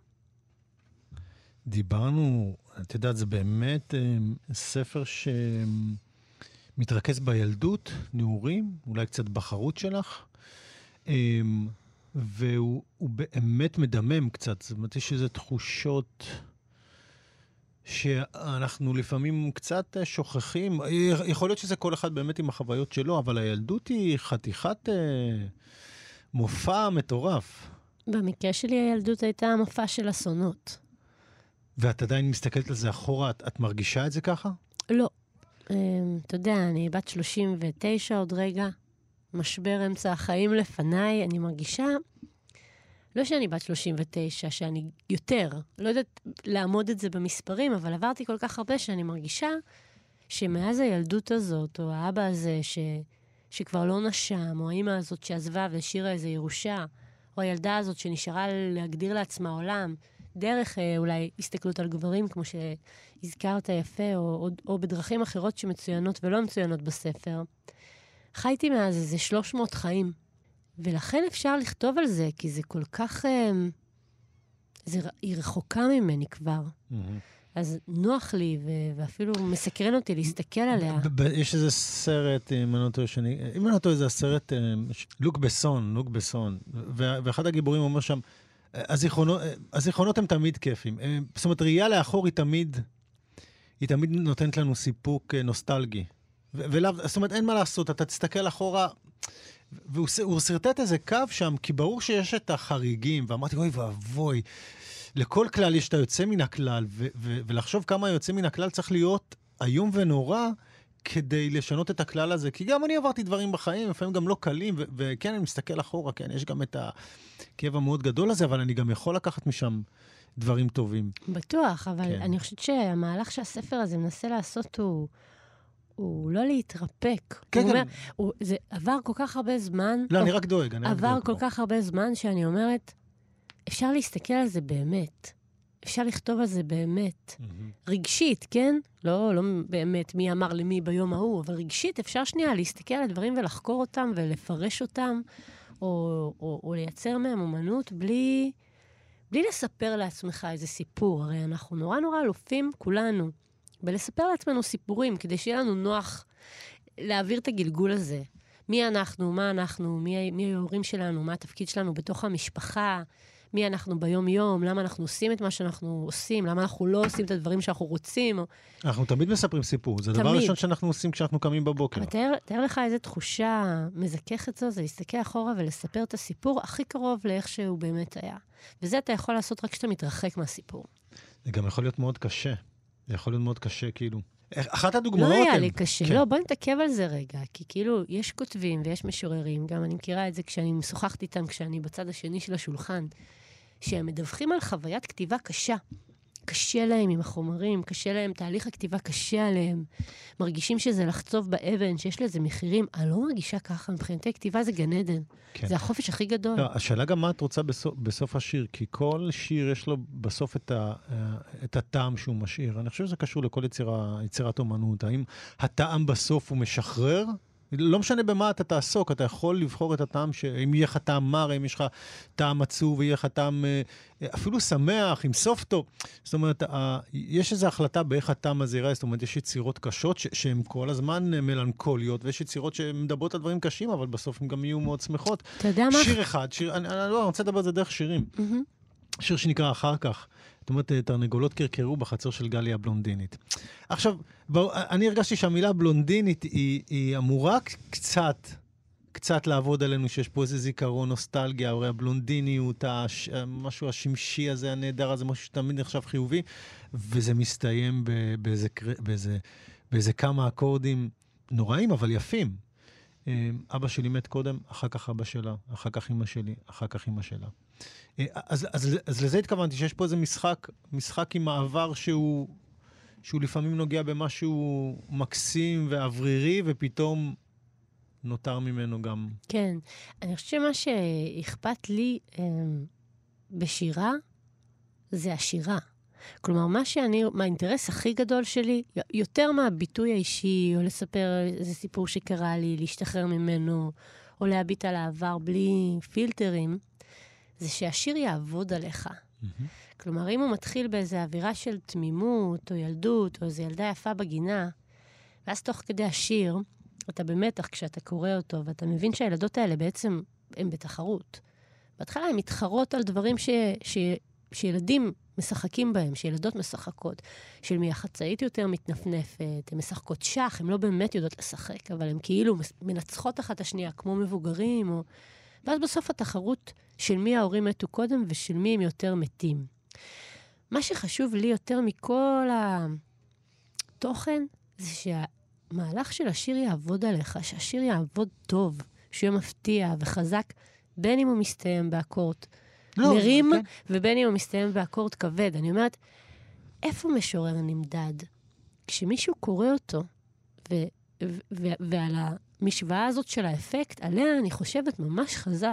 דיברנו, את יודעת, זה באמת אה, ספר שמתרכז בילדות, נעורים, אולי קצת בחרות שלך, אה, והוא הוא באמת מדמם קצת. זאת אומרת, יש איזה תחושות שאנחנו לפעמים קצת שוכחים. יכול להיות שזה כל אחד באמת עם החוויות שלו, אבל הילדות היא חתיכת אה, מופע מטורף. במקרה שלי הילדות הייתה המופע של אסונות. ואת עדיין מסתכלת על זה אחורה, את, את מרגישה את זה ככה? לא. אה, אתה יודע, אני בת שלושים ותשע עוד רגע, משבר אמצע החיים לפניי, אני מרגישה, לא שאני בת שלושים ותשע, שאני יותר, לא יודעת לעמוד את זה במספרים, אבל עברתי כל כך הרבה שאני מרגישה שמאז הילדות הזאת, או האבא הזה ש, שכבר לא נשם, או האמא הזאת שעזבה והשאירה איזו ירושה, או הילדה הזאת שנשארה להגדיר לעצמה עולם, דרך אה, אולי הסתכלות על גברים, כמו שהזכרת יפה, או, או, או בדרכים אחרות שמצוינות ולא מצוינות בספר. חייתי מאז איזה שלוש מאות חיים. ולכן אפשר לכתוב על זה, כי זה כל כך... אה, זה, היא רחוקה ממני כבר. Mm-hmm. אז נוח לי, ו- ואפילו מסקרן אותי להסתכל עליה. ב- ב- יש איזה סרט, אם אני לא טועה, שאני... אם אני לא טועה, זה הסרט, לוק בסון, לוק בסון. ו- ואחד הגיבורים אומר שם, הזיכרונות, הזיכרונות הם תמיד כיפים. זאת אומרת, ראייה לאחור היא תמיד, היא תמיד נותנת לנו סיפוק נוסטלגי. ו- ולאו, זאת אומרת, אין מה לעשות, אתה תסתכל אחורה... והוא סרטט איזה קו שם, כי ברור שיש את החריגים, ואמרתי, אוי ואבוי, לכל כלל יש את היוצא מן הכלל, ו- ו- ולחשוב כמה היוצא מן הכלל צריך להיות איום ונורא, כדי לשנות את הכלל הזה, כי גם אני עברתי דברים בחיים, לפעמים גם לא קלים, ו- וכן, אני מסתכל אחורה, כן, יש גם את הכאב המאוד גדול הזה, אבל אני גם יכול לקחת משם דברים טובים. בטוח, אבל כן. אני חושבת שהמהלך שהספר הזה מנסה לעשות הוא... הוא לא להתרפק. כן, הוא כן. אומר, הוא, זה עבר כל כך הרבה זמן. לא, או, אני רק דואג. אני רק עבר דואג כל פה. כך הרבה זמן שאני אומרת, אפשר להסתכל על זה באמת. אפשר לכתוב על זה באמת. Mm-hmm. רגשית, כן? לא, לא באמת מי אמר למי ביום ההוא, אבל רגשית אפשר שנייה להסתכל על הדברים ולחקור אותם ולפרש אותם, או, או, או לייצר מהם אומנות בלי, בלי לספר לעצמך איזה סיפור. הרי אנחנו נורא נורא אלופים כולנו. ולספר לעצמנו סיפורים, כדי שיהיה לנו נוח להעביר את הגלגול הזה. מי אנחנו, מה אנחנו, מי, מי ההורים שלנו, מה התפקיד שלנו בתוך המשפחה, מי אנחנו ביום-יום, למה אנחנו עושים את מה שאנחנו עושים, למה אנחנו לא עושים את הדברים שאנחנו רוצים. או... אנחנו תמיד מספרים סיפור. זה תמיד. הדבר הראשון שאנחנו עושים כשאנחנו קמים בבוקר. אבל תאר, תאר לך איזו תחושה מזככת זו, זה להסתכל אחורה ולספר את הסיפור הכי קרוב לאיך שהוא באמת היה. וזה אתה יכול לעשות רק כשאתה מתרחק מהסיפור. זה גם יכול להיות מאוד קשה. זה יכול להיות מאוד קשה, כאילו. אחת הדוגמאות... לא היה הם... לי קשה. כן. לא, בוא נתעכב על זה רגע, כי כאילו, יש כותבים ויש משוררים, גם אני מכירה את זה כשאני משוחחת איתם, כשאני בצד השני של השולחן, שהם מדווחים על חוויית כתיבה קשה. קשה להם עם החומרים, קשה להם, תהליך הכתיבה קשה עליהם. מרגישים שזה לחצוב באבן, שיש לזה מחירים. אני לא מרגישה ככה, מבחינתי כתיבה זה גן עדן. כן. זה החופש הכי גדול. לא, השאלה גם מה את רוצה בסוף, בסוף השיר, כי כל שיר יש לו בסוף את, ה, את הטעם שהוא משאיר. אני חושב שזה קשור לכל יצירה, יצירת אומנות. האם הטעם בסוף הוא משחרר? לא משנה במה אתה תעסוק, אתה יכול לבחור את הטעם, ש... אם יהיה לך טעם מר, אם יש לך טעם עצוב, ויהיה לך טעם אפילו שמח, עם סוף טוב. זאת אומרת, יש איזו החלטה באיך הטעם הזה ייראה, זאת אומרת, יש יצירות קשות ש... שהן כל הזמן מלנכוליות, ויש יצירות שמדברות על דברים קשים, אבל בסוף הן גם יהיו מאוד שמחות. אתה יודע מה? שיר אחד, שיר... אני, אני, לא, אני רוצה לדבר על זה דרך שירים. Mm-hmm. שיר שנקרא אחר כך. זאת אומרת, תרנגולות קרקרו בחצר של גליה הבלונדינית. עכשיו, אני הרגשתי שהמילה בלונדינית היא, היא אמורה קצת, קצת לעבוד עלינו, שיש פה איזה זיכרון, נוסטלגיה, הרי הבלונדיניות, הש, משהו השמשי הזה, הנהדר הזה, משהו שתמיד נחשב חיובי, וזה מסתיים באיזה, באיזה, באיזה כמה אקורדים נוראים, אבל יפים. אבא שלי מת קודם, אחר כך אבא שלה, אחר כך אמא שלי, אחר כך אמא שלה. אז, אז, אז לזה התכוונתי, שיש פה איזה משחק, משחק עם העבר שהוא, שהוא לפעמים נוגע במשהו מקסים ואוורירי, ופתאום נותר ממנו גם... כן. אני חושבת שמה שאכפת לי אה, בשירה, זה השירה. כלומר, מה שאני, מה האינטרס הכי גדול שלי, יותר מהביטוי האישי, או לספר איזה סיפור שקרה לי, להשתחרר ממנו, או להביט על העבר בלי פילטרים, זה שהשיר יעבוד עליך. Mm-hmm. כלומר, אם הוא מתחיל באיזו אווירה של תמימות, או ילדות, או איזו ילדה יפה בגינה, ואז תוך כדי השיר, אתה במתח כשאתה קורא אותו, ואתה מבין שהילדות האלה בעצם הן בתחרות. בהתחלה הן מתחרות על דברים ש, ש, שילדים משחקים בהם, שילדות משחקות, של מי החצאית יותר מתנפנפת, הן משחקות שח, הן לא באמת יודעות לשחק, אבל הן כאילו מנצחות אחת השנייה, כמו מבוגרים, או... ואז בסוף התחרות של מי ההורים מתו קודם, ושל מי הם יותר מתים. מה שחשוב לי יותר מכל התוכן, זה שהמהלך של השיר יעבוד עליך, שהשיר יעבוד טוב, שיהיה מפתיע וחזק, בין אם הוא מסתיים באקורד לא, מרים, כן. ובין אם הוא מסתיים באקורד כבד. אני אומרת, איפה משורר נמדד? כשמישהו קורא אותו, ו- ו- ו- ועל המשוואה הזאת של האפקט, עליה אני חושבת ממש חזק.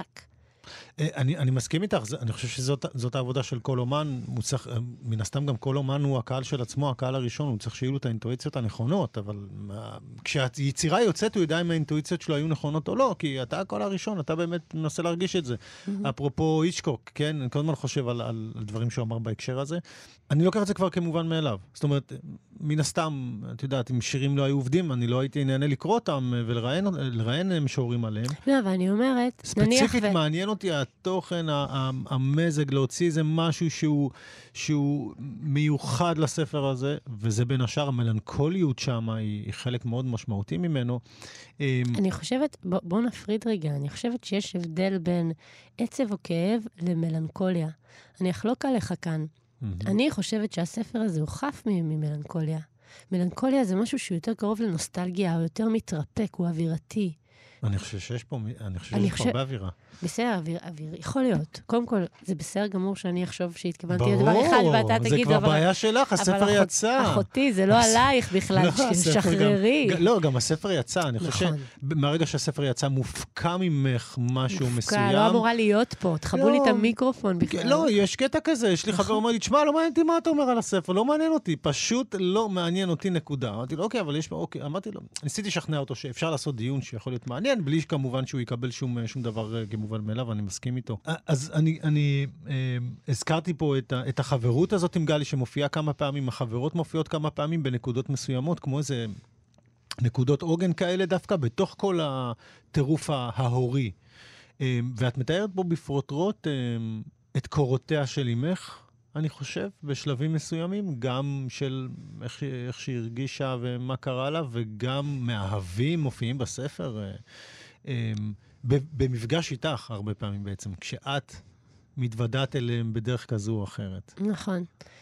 אני, אני מסכים איתך, אני חושב שזאת זאת העבודה של כל אומן, צריך, מן הסתם גם כל אומן הוא הקהל של עצמו, הקהל הראשון, הוא צריך שיהיו לו את האינטואיציות הנכונות, אבל כשהיצירה יוצאת, הוא יודע אם האינטואיציות שלו היו נכונות או לא, כי אתה הקהל הראשון, אתה באמת מנסה להרגיש את זה. Mm-hmm. אפרופו איצ'קוק, כן, אני כל הזמן חושב על, על, על דברים שהוא אמר בהקשר הזה, אני לוקח את זה כבר כמובן מאליו. זאת אומרת, מן הסתם, את יודעת, אם שירים לא היו עובדים, אני לא הייתי נהנה לקרוא אותם ולראיין משוררים עליהם. לא, אבל אני אומרת, ספציפית מעניין אותי התוכן, המזג, להוציא איזה משהו שהוא, שהוא מיוחד לספר הזה, וזה בין השאר, המלנכוליות שם היא, היא חלק מאוד משמעותי ממנו. אני חושבת, בוא, בוא נפריד רגע, אני חושבת שיש הבדל בין עצב או כאב למלנכוליה. אני אחלוק עליך כאן. Mm-hmm. אני חושבת שהספר הזה הוא חף ממלנכוליה. מלנכוליה זה משהו שהוא יותר קרוב לנוסטלגיה, הוא יותר מתרפק, הוא אווירתי. אני חושב שיש פה, אני חושב שיש פה הרבה אווירה. בסדר, אוויר, אוויר, יכול להיות. קודם כל, זה בסדר גמור שאני אחשוב שהתכוונתי לדבר אחד, ואתה תגיד... ברור, זה כבר בעיה שלך, הספר יצא. אחותי, זה לא עלייך בכלל, שחררי. לא, גם הספר יצא, אני חושב שמהרגע שהספר יצא מופקע ממך משהו מסוים. מופקע, לא אמורה להיות פה, תחבו לי את המיקרופון בכלל. לא, יש קטע כזה, יש לי חבר אומר לי, תשמע, לא מעניין אותי מה אתה אומר על הספר, לא מעניין אותי, פשוט לא מעניין אותי נקודה. אמרתי לו, אוקיי, אבל יש, אוקיי, אמרתי לו, ניסיתי לשכנע אותו שאפשר לעשות דיון שיכול להיות מעניין, בלי כמובן שהוא יקבל שום, שום דבר כמובן מאליו, אני מסכים איתו. אז אני, אני אה, הזכרתי פה את, ה, את החברות הזאת עם גלי, שמופיעה כמה פעמים, החברות מופיעות כמה פעמים בנקודות מסוימות, כמו איזה נקודות עוגן כאלה דווקא, בתוך כל הטירוף ההורי. אה, ואת מתארת בו בפרוטרוט אה, את קורותיה של אמך, אני חושב, בשלבים מסוימים, גם של איך, איך שהיא הרגישה ומה קרה לה, וגם מאהבים מופיעים בספר, אה, במפגש איתך הרבה פעמים בעצם, כשאת מתוודעת אליהם בדרך כזו או אחרת. נכון.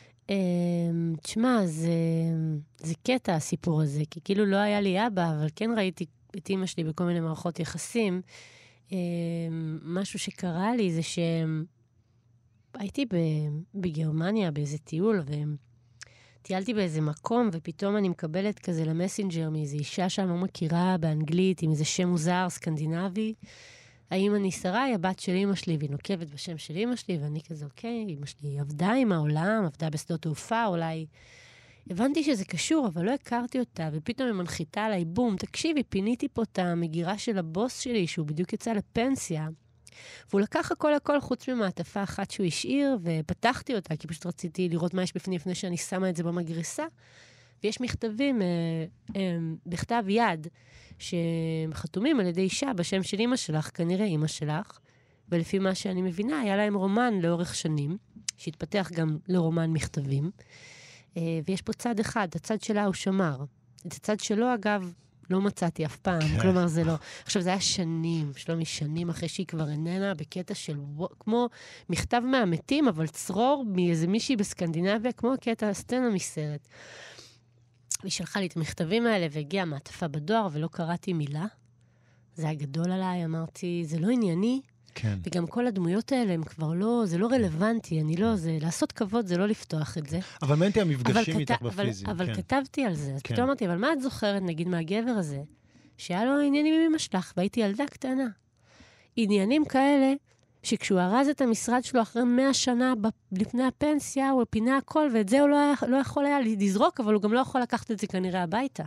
תשמע, זה, זה קטע הסיפור הזה, כי כאילו לא היה לי אבא, אבל כן ראיתי את אמא שלי בכל מיני מערכות יחסים. משהו שקרה לי זה שהייתי בגרמניה באיזה טיול, והם... טיילתי באיזה מקום, ופתאום אני מקבלת כזה למסנג'ר מאיזו אישה שאני לא מכירה באנגלית, עם איזה שם מוזר, סקנדינבי. האמא ניסרה, היא הבת של אמא שלי, והיא נוקבת בשם של אמא שלי, ואני כזה, אוקיי, אמא שלי עבדה עם העולם, עבדה בשדות תעופה, אולי... הבנתי שזה קשור, אבל לא הכרתי אותה, ופתאום היא מנחיתה עליי, בום, תקשיבי, פיניתי פה את המגירה של הבוס שלי, שהוא בדיוק יצא לפנסיה, והוא לקח הכל הכל חוץ ממעטפה אחת שהוא השאיר, ופתחתי אותה, כי פשוט רציתי לראות מה יש בפנים לפני שאני שמה את זה במגריסה. ויש מכתבים אה, אה, בכתב יד, שחתומים על ידי אישה בשם של אמא שלך, כנראה אמא שלך, ולפי מה שאני מבינה, היה להם רומן לאורך שנים, שהתפתח גם לרומן מכתבים, אה, ויש פה צד אחד, הצד שלה הוא שמר. את הצד שלו, אגב, לא מצאתי אף פעם, כלומר זה לא. עכשיו, זה היה שנים, שלומי, שנים אחרי שהיא כבר איננה, בקטע של, כמו מכתב מהמתים, אבל צרור מאיזה מישהי בסקנדינביה, כמו הקטע הסצנה מסרט. והיא שלחה לי את המכתבים האלה, והגיעה מעטפה בדואר, ולא קראתי מילה. זה היה גדול עליי, אמרתי, זה לא ענייני, כן. וגם כל הדמויות האלה הם כבר לא, זה לא רלוונטי, אני לא, זה, לעשות כבוד זה לא לפתוח את זה. אבל מעניין המפגשים אבל איתך כת- אבל- בפיזי. אבל כן. כתבתי על זה, אז כן. פתאום אמרתי, אבל מה את זוכרת, נגיד, מהגבר הזה, שהיה לו עניינים עם אמא שלך, והייתי ילדה קטנה. עניינים כאלה, שכשהוא ארז את המשרד שלו אחרי מאה שנה ב- לפני הפנסיה, הוא פינה הכל, ואת זה הוא לא, היה, לא יכול היה לזרוק, אבל הוא גם לא יכול לקחת את זה כנראה הביתה.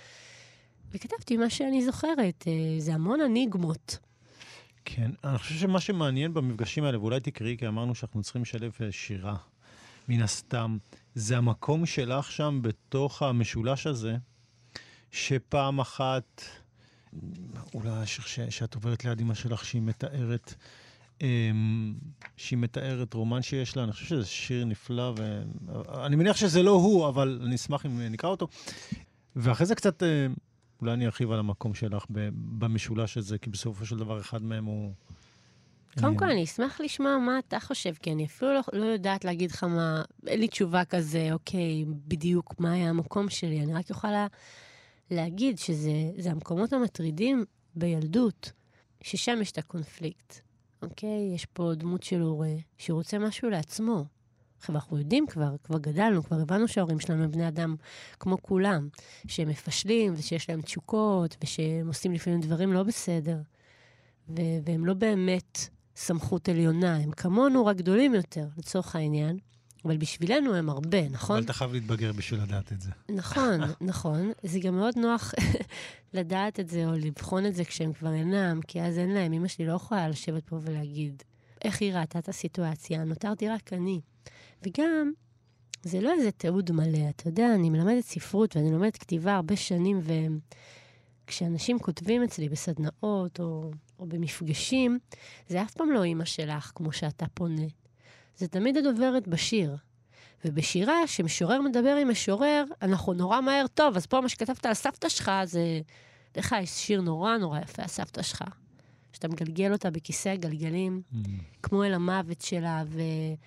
וכתבתי מה שאני זוכרת, אה, זה המון אניגמות. כן, אני חושב שמה שמעניין במפגשים האלה, ואולי תקראי, כי אמרנו שאנחנו צריכים לשלב אה, שירה, מן הסתם, זה המקום שלך שם בתוך המשולש הזה, שפעם אחת, אולי השיר ש- שאת עוברת ליד אמא שלך, שהיא מתארת, אמ, שהיא מתארת רומן שיש לה, אני חושב שזה שיר נפלא, ואני מניח שזה לא הוא, אבל אני אשמח אם נקרא אותו. ואחרי זה קצת, אה, אולי אני ארחיב על המקום שלך ב- במשולש הזה, כי בסופו של דבר אחד מהם הוא... קודם אה, כל, אני אשמח לשמוע מה אתה חושב, כי אני אפילו לא, לא יודעת להגיד לך מה, אין לי תשובה כזה, אוקיי, בדיוק מה היה המקום שלי. אני רק יכולה להגיד שזה זה המקומות המטרידים בילדות, ששם יש את הקונפליקט. אוקיי, יש פה דמות של הורה שרוצה משהו לעצמו. עכשיו, אנחנו יודעים כבר, כבר גדלנו, כבר הבנו שההורים שלנו הם בני אדם כמו כולם, שהם מפשלים ושיש להם תשוקות, ושהם עושים לפעמים דברים לא בסדר, ו- והם לא באמת סמכות עליונה, הם כמונו רק גדולים יותר, לצורך העניין, אבל בשבילנו הם הרבה, נכון? אבל אתה חייב להתבגר בשביל לדעת את זה. נכון, נכון. זה גם מאוד נוח לדעת את זה, או לבחון את זה כשהם כבר אינם, כי אז אין להם. אמא שלי לא יכולה לשבת פה ולהגיד, איך היא ראתה את הסיטואציה, נותרתי רק אני. וגם, זה לא איזה תיעוד מלא, אתה יודע, אני מלמדת ספרות, ואני לומדת כתיבה הרבה שנים, וכשאנשים כותבים אצלי בסדנאות, או, או במפגשים, זה אף פעם לא אמא שלך, כמו שאתה פונה. זה תמיד הדוברת בשיר. ובשירה, שמשורר מדבר עם משורר, אנחנו נורא מהר טוב, אז פה מה שכתבת על סבתא שלך, זה... לך, יש שיר נורא נורא יפה, הסבתא שלך. שאתה מגלגל אותה בכיסא הגלגלים, Mm. כמו אל המוות שלה, ו...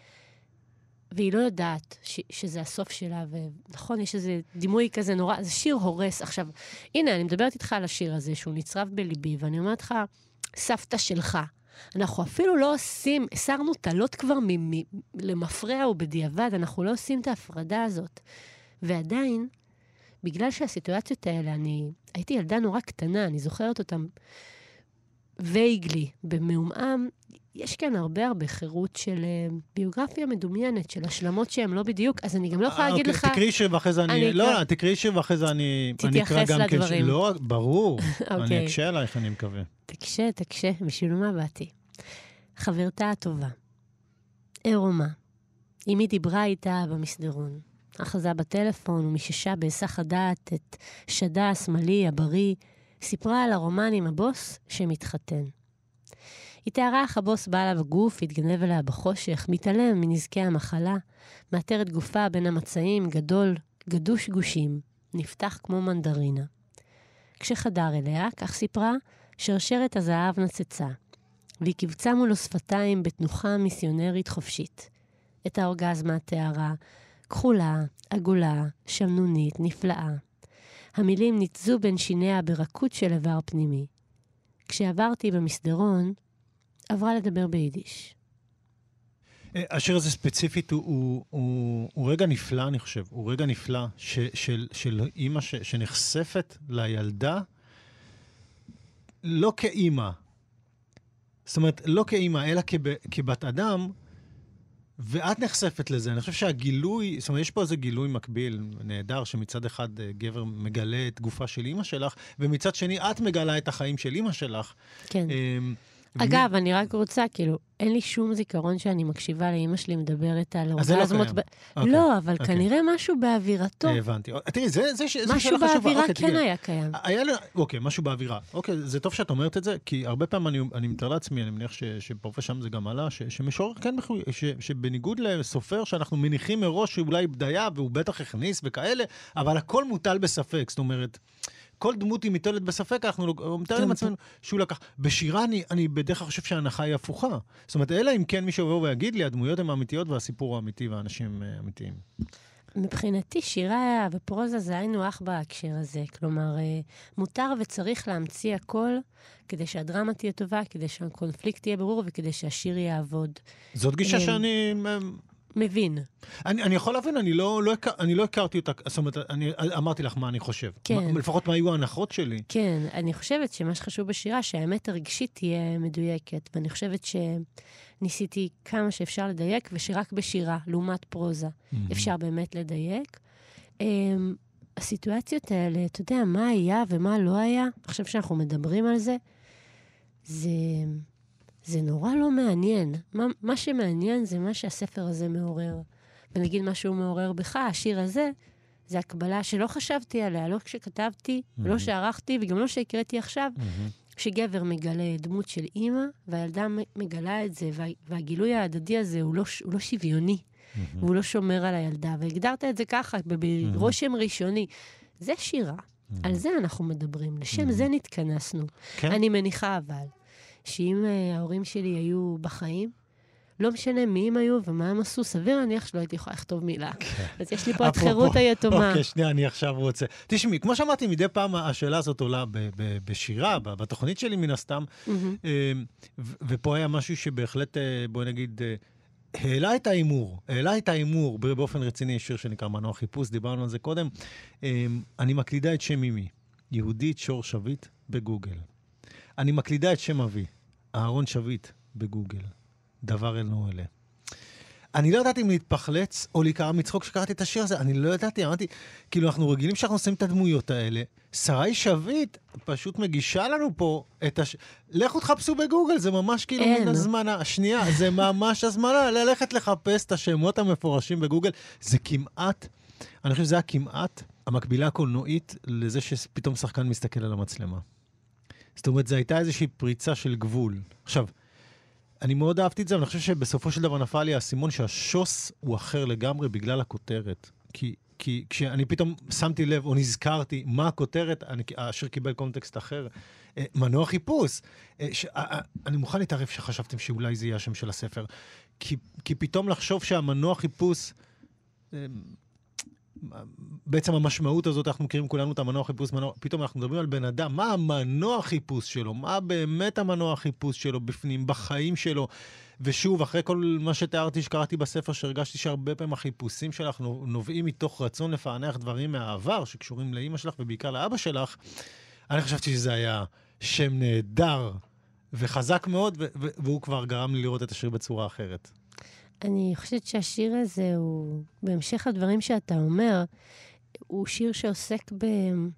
והיא לא יודעת ש... שזה הסוף שלה, ונכון, יש איזה דימוי כזה נורא, זה שיר הורס. עכשיו, הנה, אני מדברת איתך על השיר הזה, שהוא נצרב בליבי, ואני אומרת לך, סבתא שלך. אנחנו אפילו לא עושים, הסרנו תלות כבר מ- מ- למפרע ובדיעבד, אנחנו לא עושים את ההפרדה הזאת. ועדיין, בגלל שהסיטואציות האלה, אני הייתי ילדה נורא קטנה, אני זוכרת אותם וייגלי, במעומעם, יש כאן הרבה הרבה חירות של uh, ביוגרפיה מדומיינת, של השלמות שהן לא בדיוק, אז אני גם לא יכולה להגיד לך... תקראי שיר ואחרי זה אני... אני לא, אקרא- תקראי שיר ואחרי זה אני... אני אקרא תתייחס גם כן ש- לדברים. לא, ברור. אני אוקיי. אקשה עלייך, אני מקווה. תקשה, תקשה, בשביל מה באתי? חברתה הטובה, עירומה, אמי דיברה איתה במסדרון, אחזה בטלפון ומששה בהיסח הדעת את שדה השמאלי, הבריא, סיפרה על הרומן עם הבוס שמתחתן. היא תיארה איך הבוס בא לה בגוף, התגנב אליה בחושך, מתעלם מנזקי המחלה, מאתר את גופה בין המצעים, גדול, גדוש גושים, נפתח כמו מנדרינה. כשחדר אליה, כך סיפרה, שרשרת הזהב נצצה, והיא קיבצה מולו שפתיים בתנוחה מיסיונרית חופשית. את האורגזמה תיארה, כחולה, עגולה, שמנונית, נפלאה. המילים ניתזו בין שיניה ברכות של איבר פנימי. כשעברתי במסדרון, עברה לדבר ביידיש. אה, השיר הזה ספציפית הוא, הוא, הוא, הוא רגע נפלא, אני חושב. הוא רגע נפלא ש, של, של אימא ש, שנחשפת לילדה, לא כאימא. זאת אומרת, לא כאימא, אלא כב, כבת אדם, ואת נחשפת לזה. אני חושב שהגילוי, זאת אומרת, יש פה איזה גילוי מקביל, נהדר, שמצד אחד אה, גבר מגלה את גופה של אימא שלך, ומצד שני את מגלה את החיים של אימא שלך. כן. אה, אגב, אני רק רוצה, כאילו, אין לי שום זיכרון שאני מקשיבה לאמא שלי מדברת על אז זה לא אורגזמות. קיים. ב- אוקיי. לא, אבל אוקיי. כנראה משהו באווירתו. אה, הבנתי. תראי, זה, זה, ש- זה משהו שאלה חשובה. באווירה אוקיי, כן תראי. היה קיים. היה לי, אוקיי, משהו באווירה. אוקיי, זה טוב שאת אומרת את זה, כי הרבה פעמים אני, אני מתאר לעצמי, אני מניח ש, שפה ושם זה גם עלה, ש, שמשורר כן מחוי, ש, שבניגוד לסופר שאנחנו מניחים מראש שאולי בדיה, והוא בטח הכניס וכאלה, אבל הכל מוטל בספק. זאת אומרת, כל דמות היא מתולת בספק, אנחנו לא- מתארים כן, לעצמנו שהוא לקח. בשירה אני, אני בדרך כלל חושב שההנחה היא הפוכה. זאת אומרת, אלא אם כן מישהו יבוא ויגיד לי, הדמויות הן האמיתיות והסיפור האמיתי והאנשים הם אמיתיים. מבחינתי שירה ופרוזה זה היינו אח בהקשר הזה. כלומר, אה, מותר וצריך להמציא הכל כדי שהדרמה תהיה טובה, כדי שהקונפליקט יהיה ברור וכדי שהשיר יעבוד. זאת גישה אה, שאני... מבין. אני, אני יכול להבין, אני לא, לא, הכר- אני לא הכרתי אותה, זאת אומרת, אני אמרתי לך מה אני חושב. כן. מה, לפחות מה היו ההנחות שלי. כן, אני חושבת שמה שחשוב בשירה, שהאמת הרגשית תהיה מדויקת, ואני חושבת שניסיתי כמה שאפשר לדייק, ושרק בשירה, לעומת פרוזה, אפשר באמת לדייק. Um, הסיטואציות האלה, אתה יודע, מה היה ומה לא היה, אני חושב שאנחנו מדברים על זה, זה, זה נורא לא מעניין. מה, מה שמעניין זה מה שהספר הזה מעורר. ונגיד מה שהוא מעורר בך, השיר הזה, זה הקבלה שלא חשבתי עליה, לא כשכתבתי, mm-hmm. לא שערכתי, וגם לא שהקראתי עכשיו, mm-hmm. שגבר מגלה דמות של אימא, והילדה מגלה את זה, וה, והגילוי ההדדי הזה הוא לא, הוא לא שוויוני, mm-hmm. והוא לא שומר על הילדה, והגדרת את זה ככה, ברושם mm-hmm. ראשוני. זה שירה, mm-hmm. על זה אנחנו מדברים, לשם mm-hmm. זה נתכנסנו. Okay. אני מניחה אבל, שאם uh, ההורים שלי היו בחיים, לא משנה מי הם היו ומה הם עשו, סביר להניח שלא הייתי יכולה לכתוב מילה. אז יש לי פה את חירות היתומה. אוקיי, שנייה, אני עכשיו רוצה. תשמעי, כמו שאמרתי, מדי פעם השאלה הזאת עולה בשירה, בתוכנית שלי מן הסתם, ופה היה משהו שבהחלט, בואי נגיד, העלה את האימור, העלה את האימור באופן רציני, שיר שנקרא מנוע חיפוש, דיברנו על זה קודם. אני מקלידה את שם אמי, יהודית שור שביט בגוגל. אני מקלידה את שם אבי, אהרון שביט בגוגל. דבר אלנו אלה. אני לא ידעתי אם להתפחלץ או להיקרא מצחוק שקראתי את השיר הזה, אני לא ידעתי, אמרתי, כאילו אנחנו רגילים שאנחנו עושים את הדמויות האלה, שרי שביט פשוט מגישה לנו פה את הש... לכו תחפשו בגוגל, זה ממש כאילו מן הזמנה, השנייה, זה ממש הזמנה, ללכת לחפש את השמות המפורשים בגוגל, זה כמעט, אני חושב שזה היה כמעט המקבילה הקולנועית לזה שפתאום שחקן מסתכל על המצלמה. זאת אומרת, זו הייתה איזושהי פריצה של גבול. עכשיו, אני מאוד אהבתי את זה, ואני חושב שבסופו של דבר נפל לי הסימון שהשוס הוא אחר לגמרי בגלל הכותרת. כי, כי כשאני פתאום שמתי לב או נזכרתי מה הכותרת, אני, השיר קיבל קונטקסט אחר. אה, מנוע חיפוש. אה, ש, אה, אני מוכן להתערף שחשבתם שאולי זה יהיה השם של הספר. כי, כי פתאום לחשוב שהמנוע חיפוש... אה, בעצם המשמעות הזאת, אנחנו מכירים כולנו את המנוע חיפוש, מנוע, פתאום אנחנו מדברים על בן אדם, מה המנוע חיפוש שלו, מה באמת המנוע חיפוש שלו בפנים, בחיים שלו, ושוב, אחרי כל מה שתיארתי שקראתי בספר, שהרגשתי שהרבה פעמים החיפושים שלך נובעים מתוך רצון לפענח דברים מהעבר, שקשורים לאמא שלך ובעיקר לאבא שלך, אני חשבתי שזה היה שם נהדר וחזק מאוד, והוא כבר גרם לי לראות את השיר בצורה אחרת. אני חושבת שהשיר הזה הוא, בהמשך הדברים שאתה אומר, הוא שיר שעוסק ב...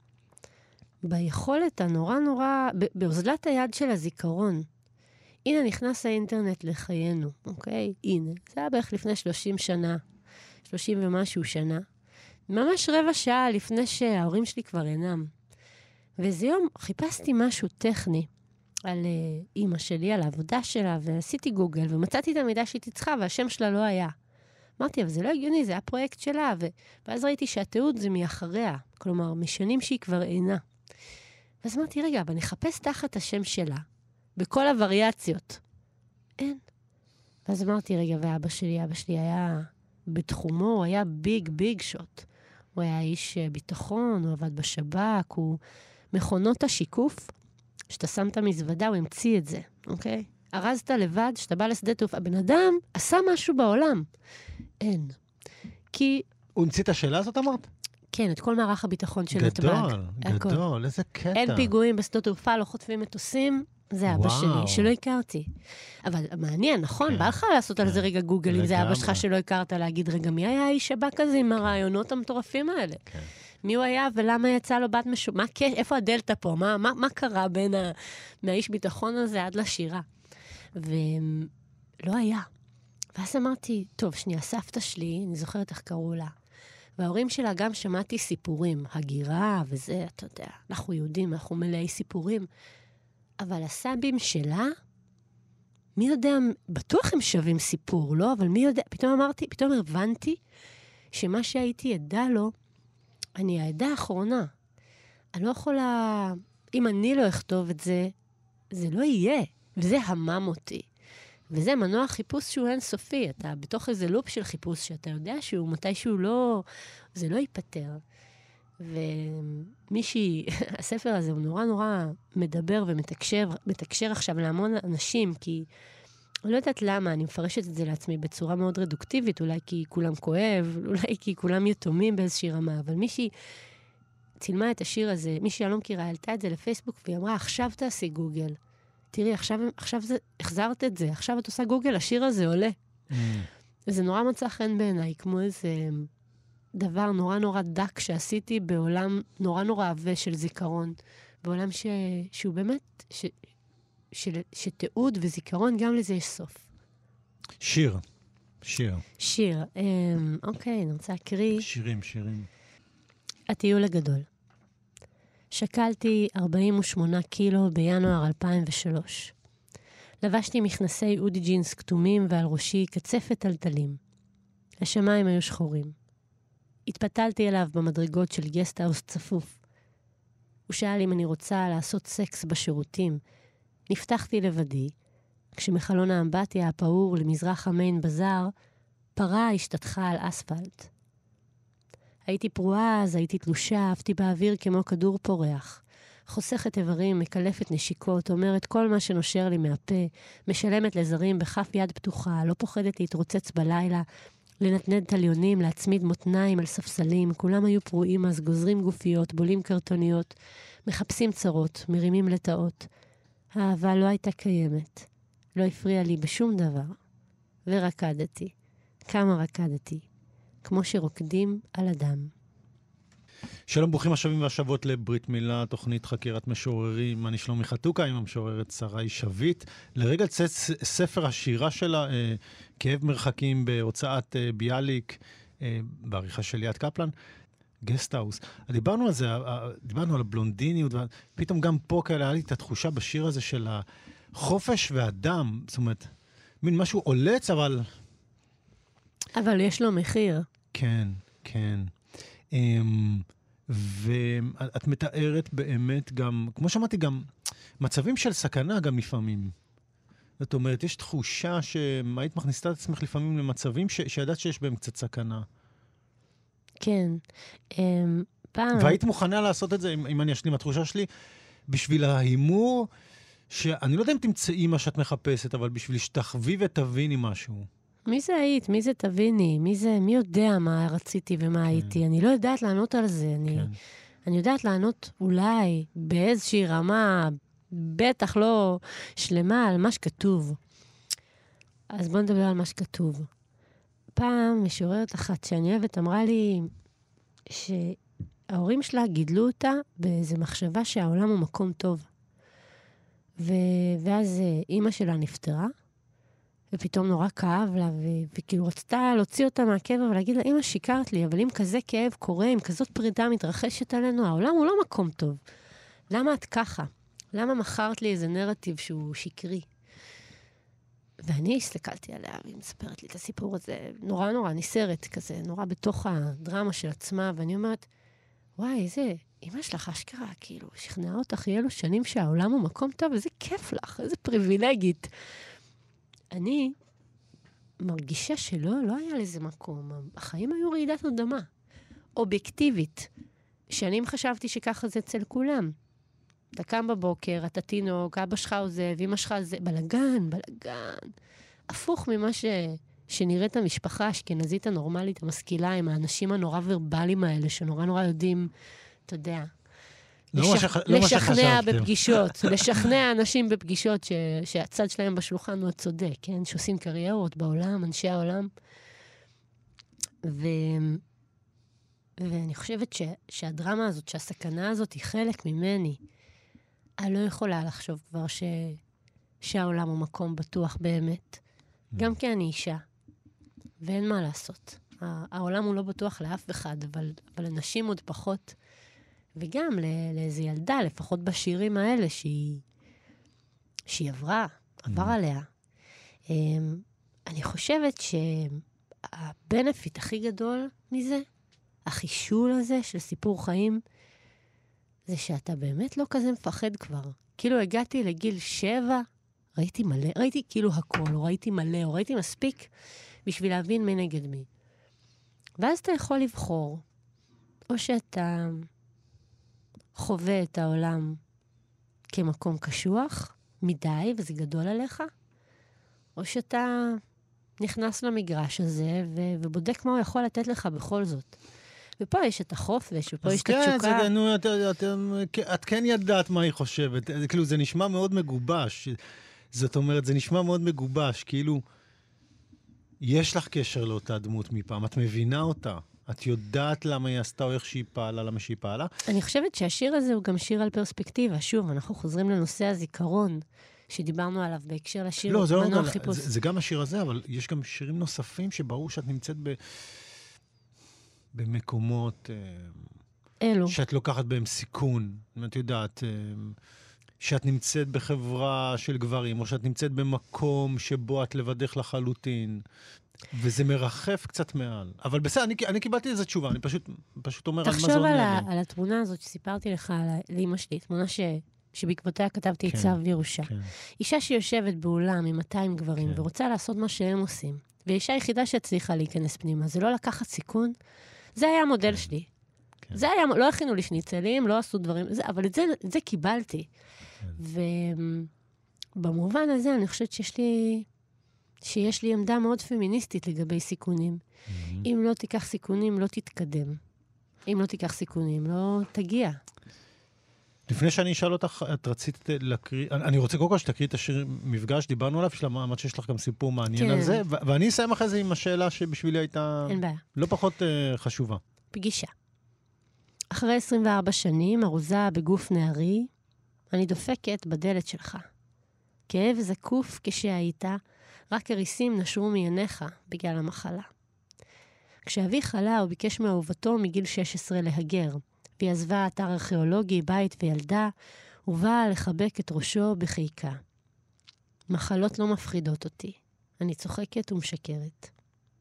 ביכולת הנורא נורא, באוזלת היד של הזיכרון. הנה נכנס האינטרנט לחיינו, אוקיי? הנה. זה היה בערך לפני שלושים שנה, שלושים ומשהו שנה. ממש רבע שעה לפני שההורים שלי כבר אינם. ואיזה יום חיפשתי משהו טכני, על uh, אימא שלי, על העבודה שלה, ועשיתי גוגל, ומצאתי את המידע שהייתי צריכה, והשם שלה לא היה. אמרתי, אבל זה לא הגיוני, זה היה פרויקט שלה, ו... ואז ראיתי שהתיעוד זה מאחריה, כלומר, משנים שהיא כבר אינה. ואז אמרתי, רגע, אבל נחפש תחת השם שלה, בכל הווריאציות. אין. ואז אמרתי, רגע, ואבא שלי, אבא שלי היה בתחומו, הוא היה ביג, ביג שוט. הוא היה איש ביטחון, הוא עבד בשב"כ, הוא מכונות השיקוף, שאתה שם את המזוודה, הוא המציא את זה, אוקיי? ארזת לבד, שאתה בא לשדה תעופה. הבן אדם עשה משהו בעולם. אין. כי... הוא המציא את השאלה הזאת, אמרת? כן, את כל מערך הביטחון של נתב"ג. גדול, גדול, איזה קטע. אין פיגועים בשדות תעופה, לא חוטפים מטוסים, זה אבא שלי, שלא הכרתי. אבל מעניין, נכון? בא לך לעשות על זה רגע גוגל, אם זה אבא שלך שלא הכרת, להגיד, רגע, מי היה האיש שב"כ הזה עם הרעיונות המטורפים האלה? כן. מי הוא היה ולמה יצא לו בת משהו? מה, איפה הדלטה פה? מה, מה, מה קרה בין ה, מהאיש ביטחון הזה עד לשירה? ולא היה. ואז אמרתי, טוב, שנייה, סבתא שלי, אני זוכרת איך קראו לה. וההורים שלה גם שמעתי סיפורים, הגירה וזה, אתה יודע, אנחנו יהודים, אנחנו מלאי סיפורים. אבל הסבים שלה, מי יודע, בטוח הם שווים סיפור, לא? אבל מי יודע, פתאום אמרתי, פתאום הבנתי שמה שהייתי עדה לו, אני העדה האחרונה. אני לא יכולה... אם אני לא אכתוב את זה, זה לא יהיה. וזה המם אותי. וזה מנוע חיפוש שהוא אינסופי, אתה בתוך איזה לופ של חיפוש, שאתה יודע שהוא מתישהו לא, זה לא ייפטר. ומישהי, הספר הזה הוא נורא נורא מדבר ומתקשר, מתקשר עכשיו להמון אנשים, כי אני לא יודעת למה, אני מפרשת את זה לעצמי בצורה מאוד רדוקטיבית, אולי כי כולם כואב, אולי כי כולם יתומים באיזושהי רמה, אבל מישהי צילמה את השיר הזה, מישהי אני לא מכירה, העלתה את זה לפייסבוק, והיא אמרה, עכשיו תעשי גוגל. תראי, עכשיו, עכשיו זה, החזרת את זה, עכשיו את עושה גוגל, השיר הזה עולה. Mm. וזה נורא מצא חן בעיניי, כמו איזה דבר נורא נורא דק שעשיתי בעולם נורא נורא עבה של זיכרון. בעולם ש, שהוא באמת, ש, ש, שתיעוד וזיכרון, גם לזה יש סוף. שיר. שיר. שיר. אמ, אוקיי, אני רוצה להקריא. שירים, שירים. הטיול הגדול. שקלתי ארבעים ושמונה קילו בינואר אלפיים ושלוש. לבשתי מכנסי אודי ג'ינס כתומים ועל ראשי קצפת טלטלים. השמיים היו שחורים. התפתלתי אליו במדרגות של גסטהאוס צפוף. הוא שאל אם אני רוצה לעשות סקס בשירותים. נפתחתי לבדי. כשמחלון האמבטיה הפעור למזרח המיין בזאר, פרה השתתחה על אספלט. הייתי פרועה, אז הייתי תלושה, עפתי באוויר כמו כדור פורח. חוסכת איברים, מקלפת נשיקות, אומרת כל מה שנושר לי מהפה, משלמת לזרים בכף יד פתוחה, לא פוחדת להתרוצץ בלילה, לנתנד תליונים, להצמיד מותניים על ספסלים, כולם היו פרועים אז, גוזרים גופיות, בולים קרטוניות, מחפשים צרות, מרימים לטאות. האהבה לא הייתה קיימת, לא הפריעה לי בשום דבר. ורקדתי. כמה רקדתי. כמו שרוקדים על אדם. שלום, ברוכים השבים והשבות לברית מילה, תוכנית חקירת משוררים. אני שלומי חתוקה עם המשוררת שרי שביט. לרגע צאת ספר השירה שלה, אה, כאב מרחקים בהוצאת אה, ביאליק, אה, בעריכה של ליאת קפלן, גסטהאוס. דיברנו על זה, אה, דיברנו על הבלונדיניות, ופתאום גם פה כאלה היה לי את התחושה בשיר הזה של החופש והדם. זאת אומרת, מין משהו עולץ, אבל... אבל יש לו מחיר. כן, כן. ואת מתארת באמת גם, כמו שמעתי, גם מצבים של סכנה גם לפעמים. זאת אומרת, יש תחושה שהיית מכניסה את עצמך לפעמים למצבים ש- שידעת שיש בהם קצת סכנה. כן. פעם... והיית מוכנה לעשות את זה, אם, אם אני אשלים התחושה שלי, בשביל ההימור, שאני לא יודע אם תמצאי מה שאת מחפשת, אבל בשביל שתחווי ותביני משהו. מי זה היית? מי זה תביני? מי זה, מי יודע מה רציתי ומה כן. הייתי? אני לא יודעת לענות על זה. אני, כן. אני יודעת לענות אולי באיזושהי רמה, בטח לא שלמה, על מה שכתוב. אז בוא נדבר על מה שכתוב. פעם משוררת אחת שאני אוהבת אמרה לי שההורים שלה גידלו אותה באיזו מחשבה שהעולם הוא מקום טוב. ו... ואז אימא שלה נפטרה, ופתאום נורא כאב לה, ו- וכאילו רצתה להוציא אותה מהקבר ולהגיד לה, אמא, שיקרת לי, אבל אם כזה כאב קורה, אם כזאת פרידה מתרחשת עלינו, העולם הוא לא מקום טוב. למה את ככה? למה מכרת לי איזה נרטיב שהוא שקרי? ואני הסתכלתי עליה, והיא מספרת לי את הסיפור הזה, נורא נורא ניסרת כזה, נורא בתוך הדרמה של עצמה, ואני אומרת, וואי, איזה, אמא שלך אשכרה, כאילו, שכנעה אותך, יהיה לו שנים שהעולם הוא מקום טוב, איזה כיף לך, איזה פריבילגית. אני מרגישה שלא, לא היה לזה מקום. החיים היו רעידת אדמה. אובייקטיבית. שנים חשבתי שככה זה אצל כולם. אתה קם בבוקר, אתה תינוק, אבא שלך הוא זה, ואמא שלך זה, בלגן, בלגן. הפוך ממה ש... שנראית המשפחה האשכנזית הנורמלית, המשכילה, עם האנשים הנורא ורבליים האלה, שנורא נורא יודעים, אתה יודע... לא לשכ... שח... לא לשכנע בפגישות, לשכנע אנשים בפגישות ש... שהצד שלהם בשולחן הוא הצודק, כן? שעושים קריירות בעולם, אנשי העולם. ו... ואני חושבת ש... שהדרמה הזאת, שהסכנה הזאת היא חלק ממני. אני לא יכולה לחשוב כבר ש... שהעולם הוא מקום בטוח באמת. גם כי אני אישה, ואין מה לעשות. העולם הוא לא בטוח לאף אחד, אבל, אבל אנשים עוד פחות... וגם לאיזו ילדה, לפחות בשירים האלה, שהיא, שהיא עברה, עבר עליה. אני חושבת שהבנפיט הכי גדול מזה, החישול הזה של סיפור חיים, זה שאתה באמת לא כזה מפחד כבר. כאילו הגעתי לגיל שבע, ראיתי מלא, ראיתי כאילו הכל, או ראיתי מלא, או ראיתי מספיק בשביל להבין מי נגד מי. ואז אתה יכול לבחור, או שאתה חווה את העולם כמקום קשוח, מדי, וזה גדול עליך, או שאתה נכנס למגרש הזה, ו- ובודק מה הוא יכול לתת לך בכל זאת. ופה יש את החופש, ופה יש את התשוקה. אז כן, נו, את, את, את, את כן ידעת מה היא חושבת. זה, כאילו, זה נשמע מאוד מגובש. זאת אומרת, זה נשמע מאוד מגובש. כאילו, יש לך קשר לאותה דמות מפעם, את מבינה אותה. את יודעת למה היא עשתה או איך שהיא פעלה, למה שהיא פעלה. אני חושבת שהשיר הזה הוא גם שיר על פרספקטיבה. שוב, אנחנו חוזרים לנושא הזיכרון, שדיברנו עליו בהקשר לשיר. לא, זה, לא, חיפוש. זה, זה גם השיר הזה, אבל יש גם שירים נוספים שברור שאת נמצאת ב... במקומות אלו. שאת לוקחת בהם סיכון. את יודעת, שאת נמצאת בחברה של גברים, או שאת נמצאת במקום שבו את לבדך לחלוטין, וזה מרחף קצת מעל. אבל בסדר, אני, אני קיבלתי איזו תשובה, אני פשוט, פשוט אומר על מה זה עונה לי. תחשוב על, על התמונה הזאת שסיפרתי לך, על אמא שלי, תמונה ש... שבעקבותיה כתבתי כן, את צו וירושה. כן. אישה שיושבת באולם עם מאתיים גברים, כן. ורוצה לעשות מה שהם עושים, ואישה היחידה שהצליחה להיכנס פנימה, זה לא לקחת סיכון, זה היה המודל כן. שלי. כן. זה היה, לא הכינו לי שניצלים, לא עשו דברים, זה, אבל את זה, את זה קיבלתי. כן. ובמובן הזה אני חושבת שיש לי, שיש לי עמדה מאוד פמיניסטית לגבי סיכונים. Mm-hmm. אם לא תיקח סיכונים, לא תתקדם. אם לא תיקח סיכונים, לא תגיע. לפני שאני אשאל אותך, את רצית להקריא, אני רוצה קודם כל שתקריא את השיר מפגש, דיברנו עליו, שלמעמד שיש לך גם סיפור מעניין כן. על זה, ו- ואני אסיים אחרי זה עם השאלה שבשבילי הייתה אין בעיה. לא פחות uh, חשובה. פגישה. אחרי עשרים וארבע שנים, ארוזה בגוף נערי, אני דופקת בדלת שלך. כאב זקוף כשהיית, רק הריסים נשרו מעיניך בגלל המחלה. כשאבי חלה, הוא ביקש מאהובתו מגיל שש עשרה להגר, והיא עזבה אתר ארכיאולוגי, בית וילדה, ובאה לחבק את ראשו בחיקה. מחלות לא מפחידות אותי. אני צוחקת ומשקרת.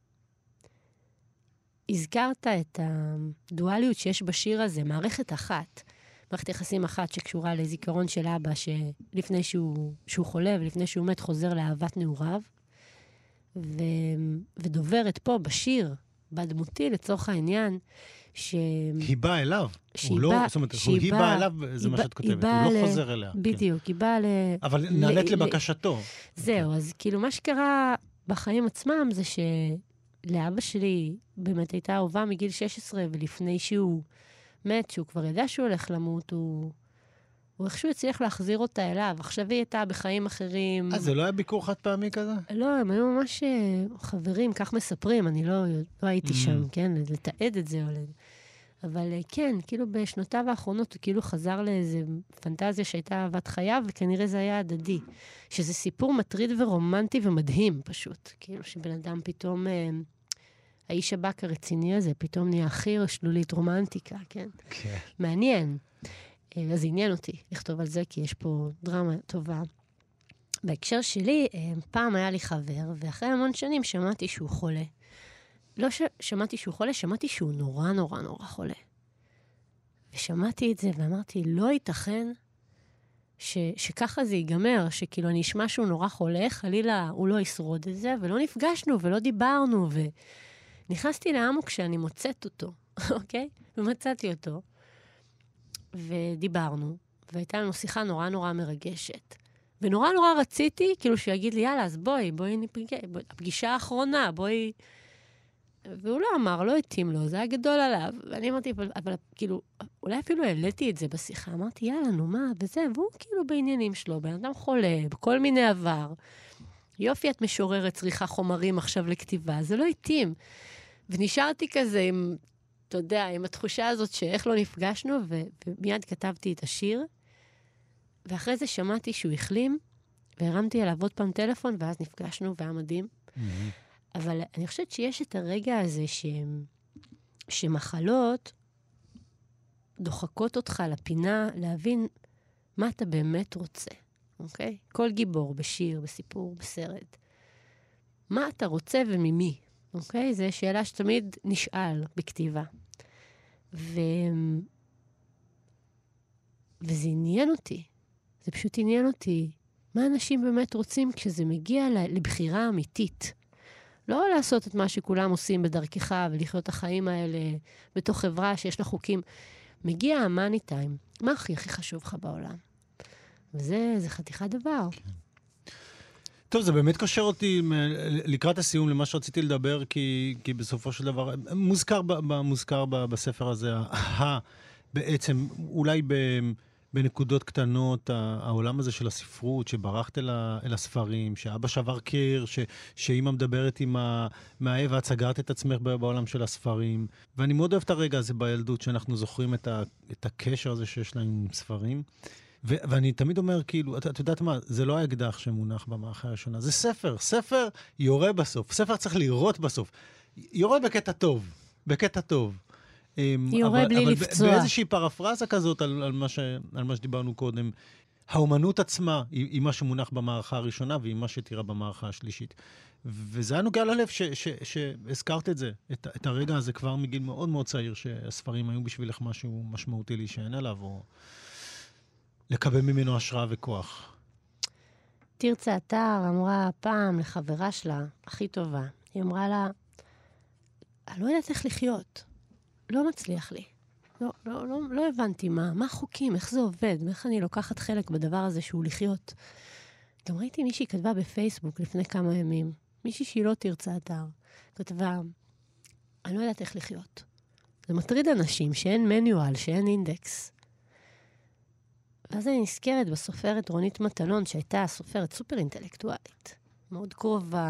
הזכרת את הדואליות שיש בשיר הזה, מערכת אחת, מערכת יחסים אחת שקשורה לזיכרון של אבא, שלפני שהוא, שהוא חולה ולפני שהוא מת חוזר לאהבת נעוריו, ו, ודוברת פה בשיר, בדמותי לצורך העניין, ש... היא באה אליו. הוא לא, זאת אומרת, היא באה אליו, זה מה שאת כותבת, הוא לא חוזר אליה. בדיוק, היא באה ל... אבל נענית לבקשתו. זהו, אז כאילו מה שקרה בחיים עצמם זה שלאבא שלי באמת הייתה אהובה מגיל שש עשרה, ולפני שהוא מת, שהוא כבר ידע שהוא הולך למות, הוא... הוא איכשהו הצליח להחזיר אותה אליו. עכשיו היא הייתה בחיים אחרים. אז זה לא היה ביקור חד פעמי כזה? לא, הם היו ממש חברים, כך מספרים, אני לא, לא הייתי שם, כן? לתעד את זה. או... אבל כן, כאילו בשנותיו האחרונות הוא כאילו חזר לאיזו פנטזיה שהייתה אהבת חייו, וכנראה זה היה הדדי. שזה סיפור מטריד ורומנטי ומדהים פשוט. כאילו שבן אדם פתאום, אה, האיש הבק הרציני הזה, פתאום נהיה הכי שלולית רומנטיקה, כן? כן. מעניין. אז עניין אותי לכתוב על זה, כי יש פה דרמה טובה. בהקשר שלי, פעם היה לי חבר, ואחרי המון שנים שמעתי שהוא חולה. לא ש... שמעתי שהוא חולה, שמעתי שהוא נורא נורא נורא חולה. ושמעתי את זה ואמרתי, לא ייתכן ש... שככה זה ייגמר, שכאילו אני אשמע שהוא נורא חולה, חלילה הוא לא ישרוד את זה, ולא נפגשנו ולא דיברנו, ונכנסתי לעמו כשאני מוצאת אותו, אוקיי? ומצאתי אותו. ודיברנו, והייתה לנו שיחה נורא נורא מרגשת. ונורא נורא רציתי, כאילו שיגיד לי, יאללה, אז בואי, בואי נפגש, בואי, הפגישה האחרונה, בואי... והוא לא אמר, לא התאים לו, זה היה גדול עליו. ואני אמרתי, אבל, אבל כאילו, אולי אפילו העליתי את זה בשיחה. אמרתי, יאללה, נו מה, וזה, והוא כאילו בעניינים שלו, בן אדם חולה, בכל מיני עבר. יופי, את משוררת, צריכה חומרים עכשיו לכתיבה, זה לא התאים. ונשארתי כזה עם... אתה יודע, עם התחושה הזאת שאיך לא נפגשנו, ו- ומיד כתבתי את השיר, ואחרי זה שמעתי שהוא החלים, והרמתי עליו עוד פעם טלפון, ואז נפגשנו, והיה מדהים. Mm-hmm. אבל אני חושבת שיש את הרגע הזה ש... שמחלות דוחקות אותך לפינה, להבין מה אתה באמת רוצה, אוקיי? כל גיבור בשיר, בסיפור, בסרט. מה אתה רוצה וממי? אוקיי? זו שאלה שתמיד נשאל בכתיבה. ו... וזה עניין אותי. זה פשוט עניין אותי מה אנשים באמת רוצים כשזה מגיע לבחירה אמיתית. לא לעשות את מה שכולם עושים בדרכך ולחיות את החיים האלה בתוך חברה שיש לה חוקים. מגיע המאני טיים. מה הכי הכי חשוב לך בעולם? וזה זה חתיכת דבר. טוב, זה באמת קושר אותי לקראת הסיום למה שרציתי לדבר, כי, כי בסופו של דבר, מוזכר, ב, מוזכר ב, בספר הזה, ה, בעצם, אולי ב, בנקודות קטנות, העולם הזה של הספרות, שברחת אל, ה, אל הספרים, שאבא שבר קיר, ש, שאמא מדברת עם המאהב, ואת סגרת את עצמך בעולם של הספרים. ואני מאוד אוהב את הרגע הזה בילדות, שאנחנו זוכרים את, ה, את הקשר הזה שיש להם עם ספרים. ו- ואני תמיד אומר, כאילו, את, את יודעת מה, זה לא האקדח שמונח במערכה הראשונה, זה ספר. ספר יורה בסוף. ספר צריך לראות בסוף. יורה בקטע טוב. בקטע טוב. יורה אבל, בלי אבל לפצוע. באיזושהי פרפרזה כזאת על, על, מה ש, על מה שדיברנו קודם, האומנות עצמה היא, היא מה שמונח במערכה הראשונה, והיא מה שתראה במערכה השלישית. וזה היה נוגע ללב ש- ש- שהזכרת את זה, את, את הרגע הזה כבר מגיל מאוד מאוד צעיר, שהספרים היו בשבילך משהו משמעותי להישען עליו, או לקבל ממנו השראה וכוח. תרצה אתר אמרה פעם לחברה שלה, הכי טובה, היא אמרה לה, אני לא יודעת איך לחיות, לא מצליח לי. לא, לא, לא, לא הבנתי מה, מה החוקים, איך זה עובד, איך אני לוקחת חלק בדבר הזה שהוא לחיות. גם ראיתי מישהי כתבה בפייסבוק לפני כמה ימים, מישהי שהיא לא תרצה אתר, כתבה, אני לא יודעת איך לחיות. זה מטריד אנשים שאין מניואל, שאין אינדקס. ואז אני נזכרת בסופרת רונית מטלון, שהייתה סופרת סופר אינטלקטואלית, מאוד קרובה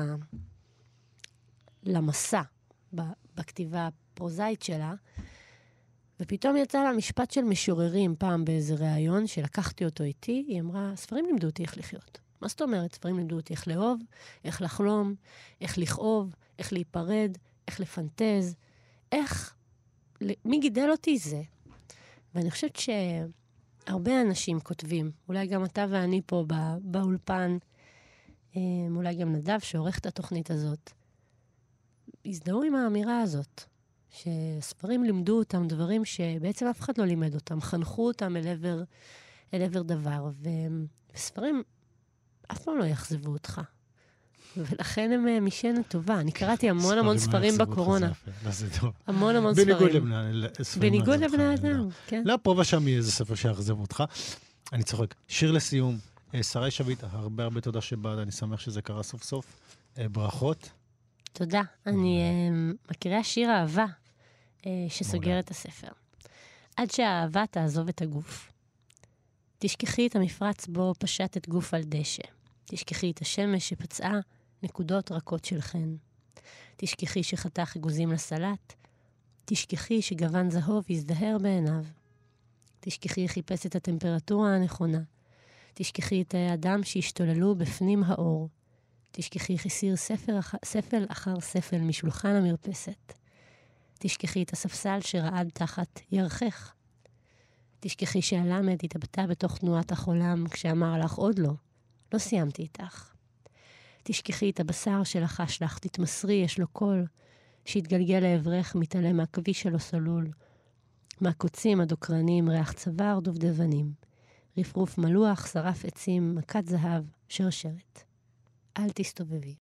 למסע בכתיבה הפרוזאית שלה, ופתאום יצא לה משפט של משוררים פעם באיזה ראיון, שלקחתי אותו איתי, היא אמרה, ספרים לימדו אותי איך לחיות. מה זאת אומרת? ספרים לימדו אותי איך לאהוב, איך לחלום, איך לכאוב, איך להיפרד, איך לפנטז, איך, מי גידל אותי זה? ואני חושבת ש... הרבה אנשים כותבים, אולי גם אתה ואני פה בא, באולפן, אולי גם נדב שעורך את התוכנית הזאת, הזדהו עם האמירה הזאת, שספרים לימדו אותם דברים שבעצם אף אחד לא לימד אותם, חנכו אותם אל עבר, אל עבר דבר, וספרים אף פעם לא יחזבו אותך. ולכן הם משענת טובה. אני קראתי המון המון ספרים בקורונה. המון המון ספרים. בניגוד לבני אדם, כן. לא, פה ושם יהיה איזה ספר שיחזב אותך. אני צוחק. שיר לסיום. שרי שביט, הרבה הרבה תודה שבאת. אני שמח שזה קרה סוף סוף. ברכות. תודה. אני מכירה שיר אהבה שסוגר את הספר. עד שהאהבה תעזוב את הגוף. תשכחי את המפרץ בו פשט את גוף על דשא. תשכחי את השמש שפצעה נקודות רכות של חן. תשכחי שחתך אגוזים לסלט. תשכחי שגוון זהוב יזדהר בעיניו. תשכחי חיפש את הטמפרטורה הנכונה. תשכחי את האדם שהשתוללו בפנים האור. תשכחי חסיר ספר, ספל אחר ספל משולחן המרפסת. תשכחי את הספסל שרעד תחת ירחך. תשכחי שהלמד התאבטה בתוך תנועת החולם כשאמר לך עוד לא. לא סיימתי איתך. תשכחי את הבשר שלחש לך, תתמסרי, יש לו קול, שהתגלגל לעברך, מתעלם מהכביש שלו סלול. מהקוצים הדוקרנים, ריח צוואר, דובדבנים. רפרוף מלוח, שרף עצים, מכת זהב, שרשרת. אל תסתובבי.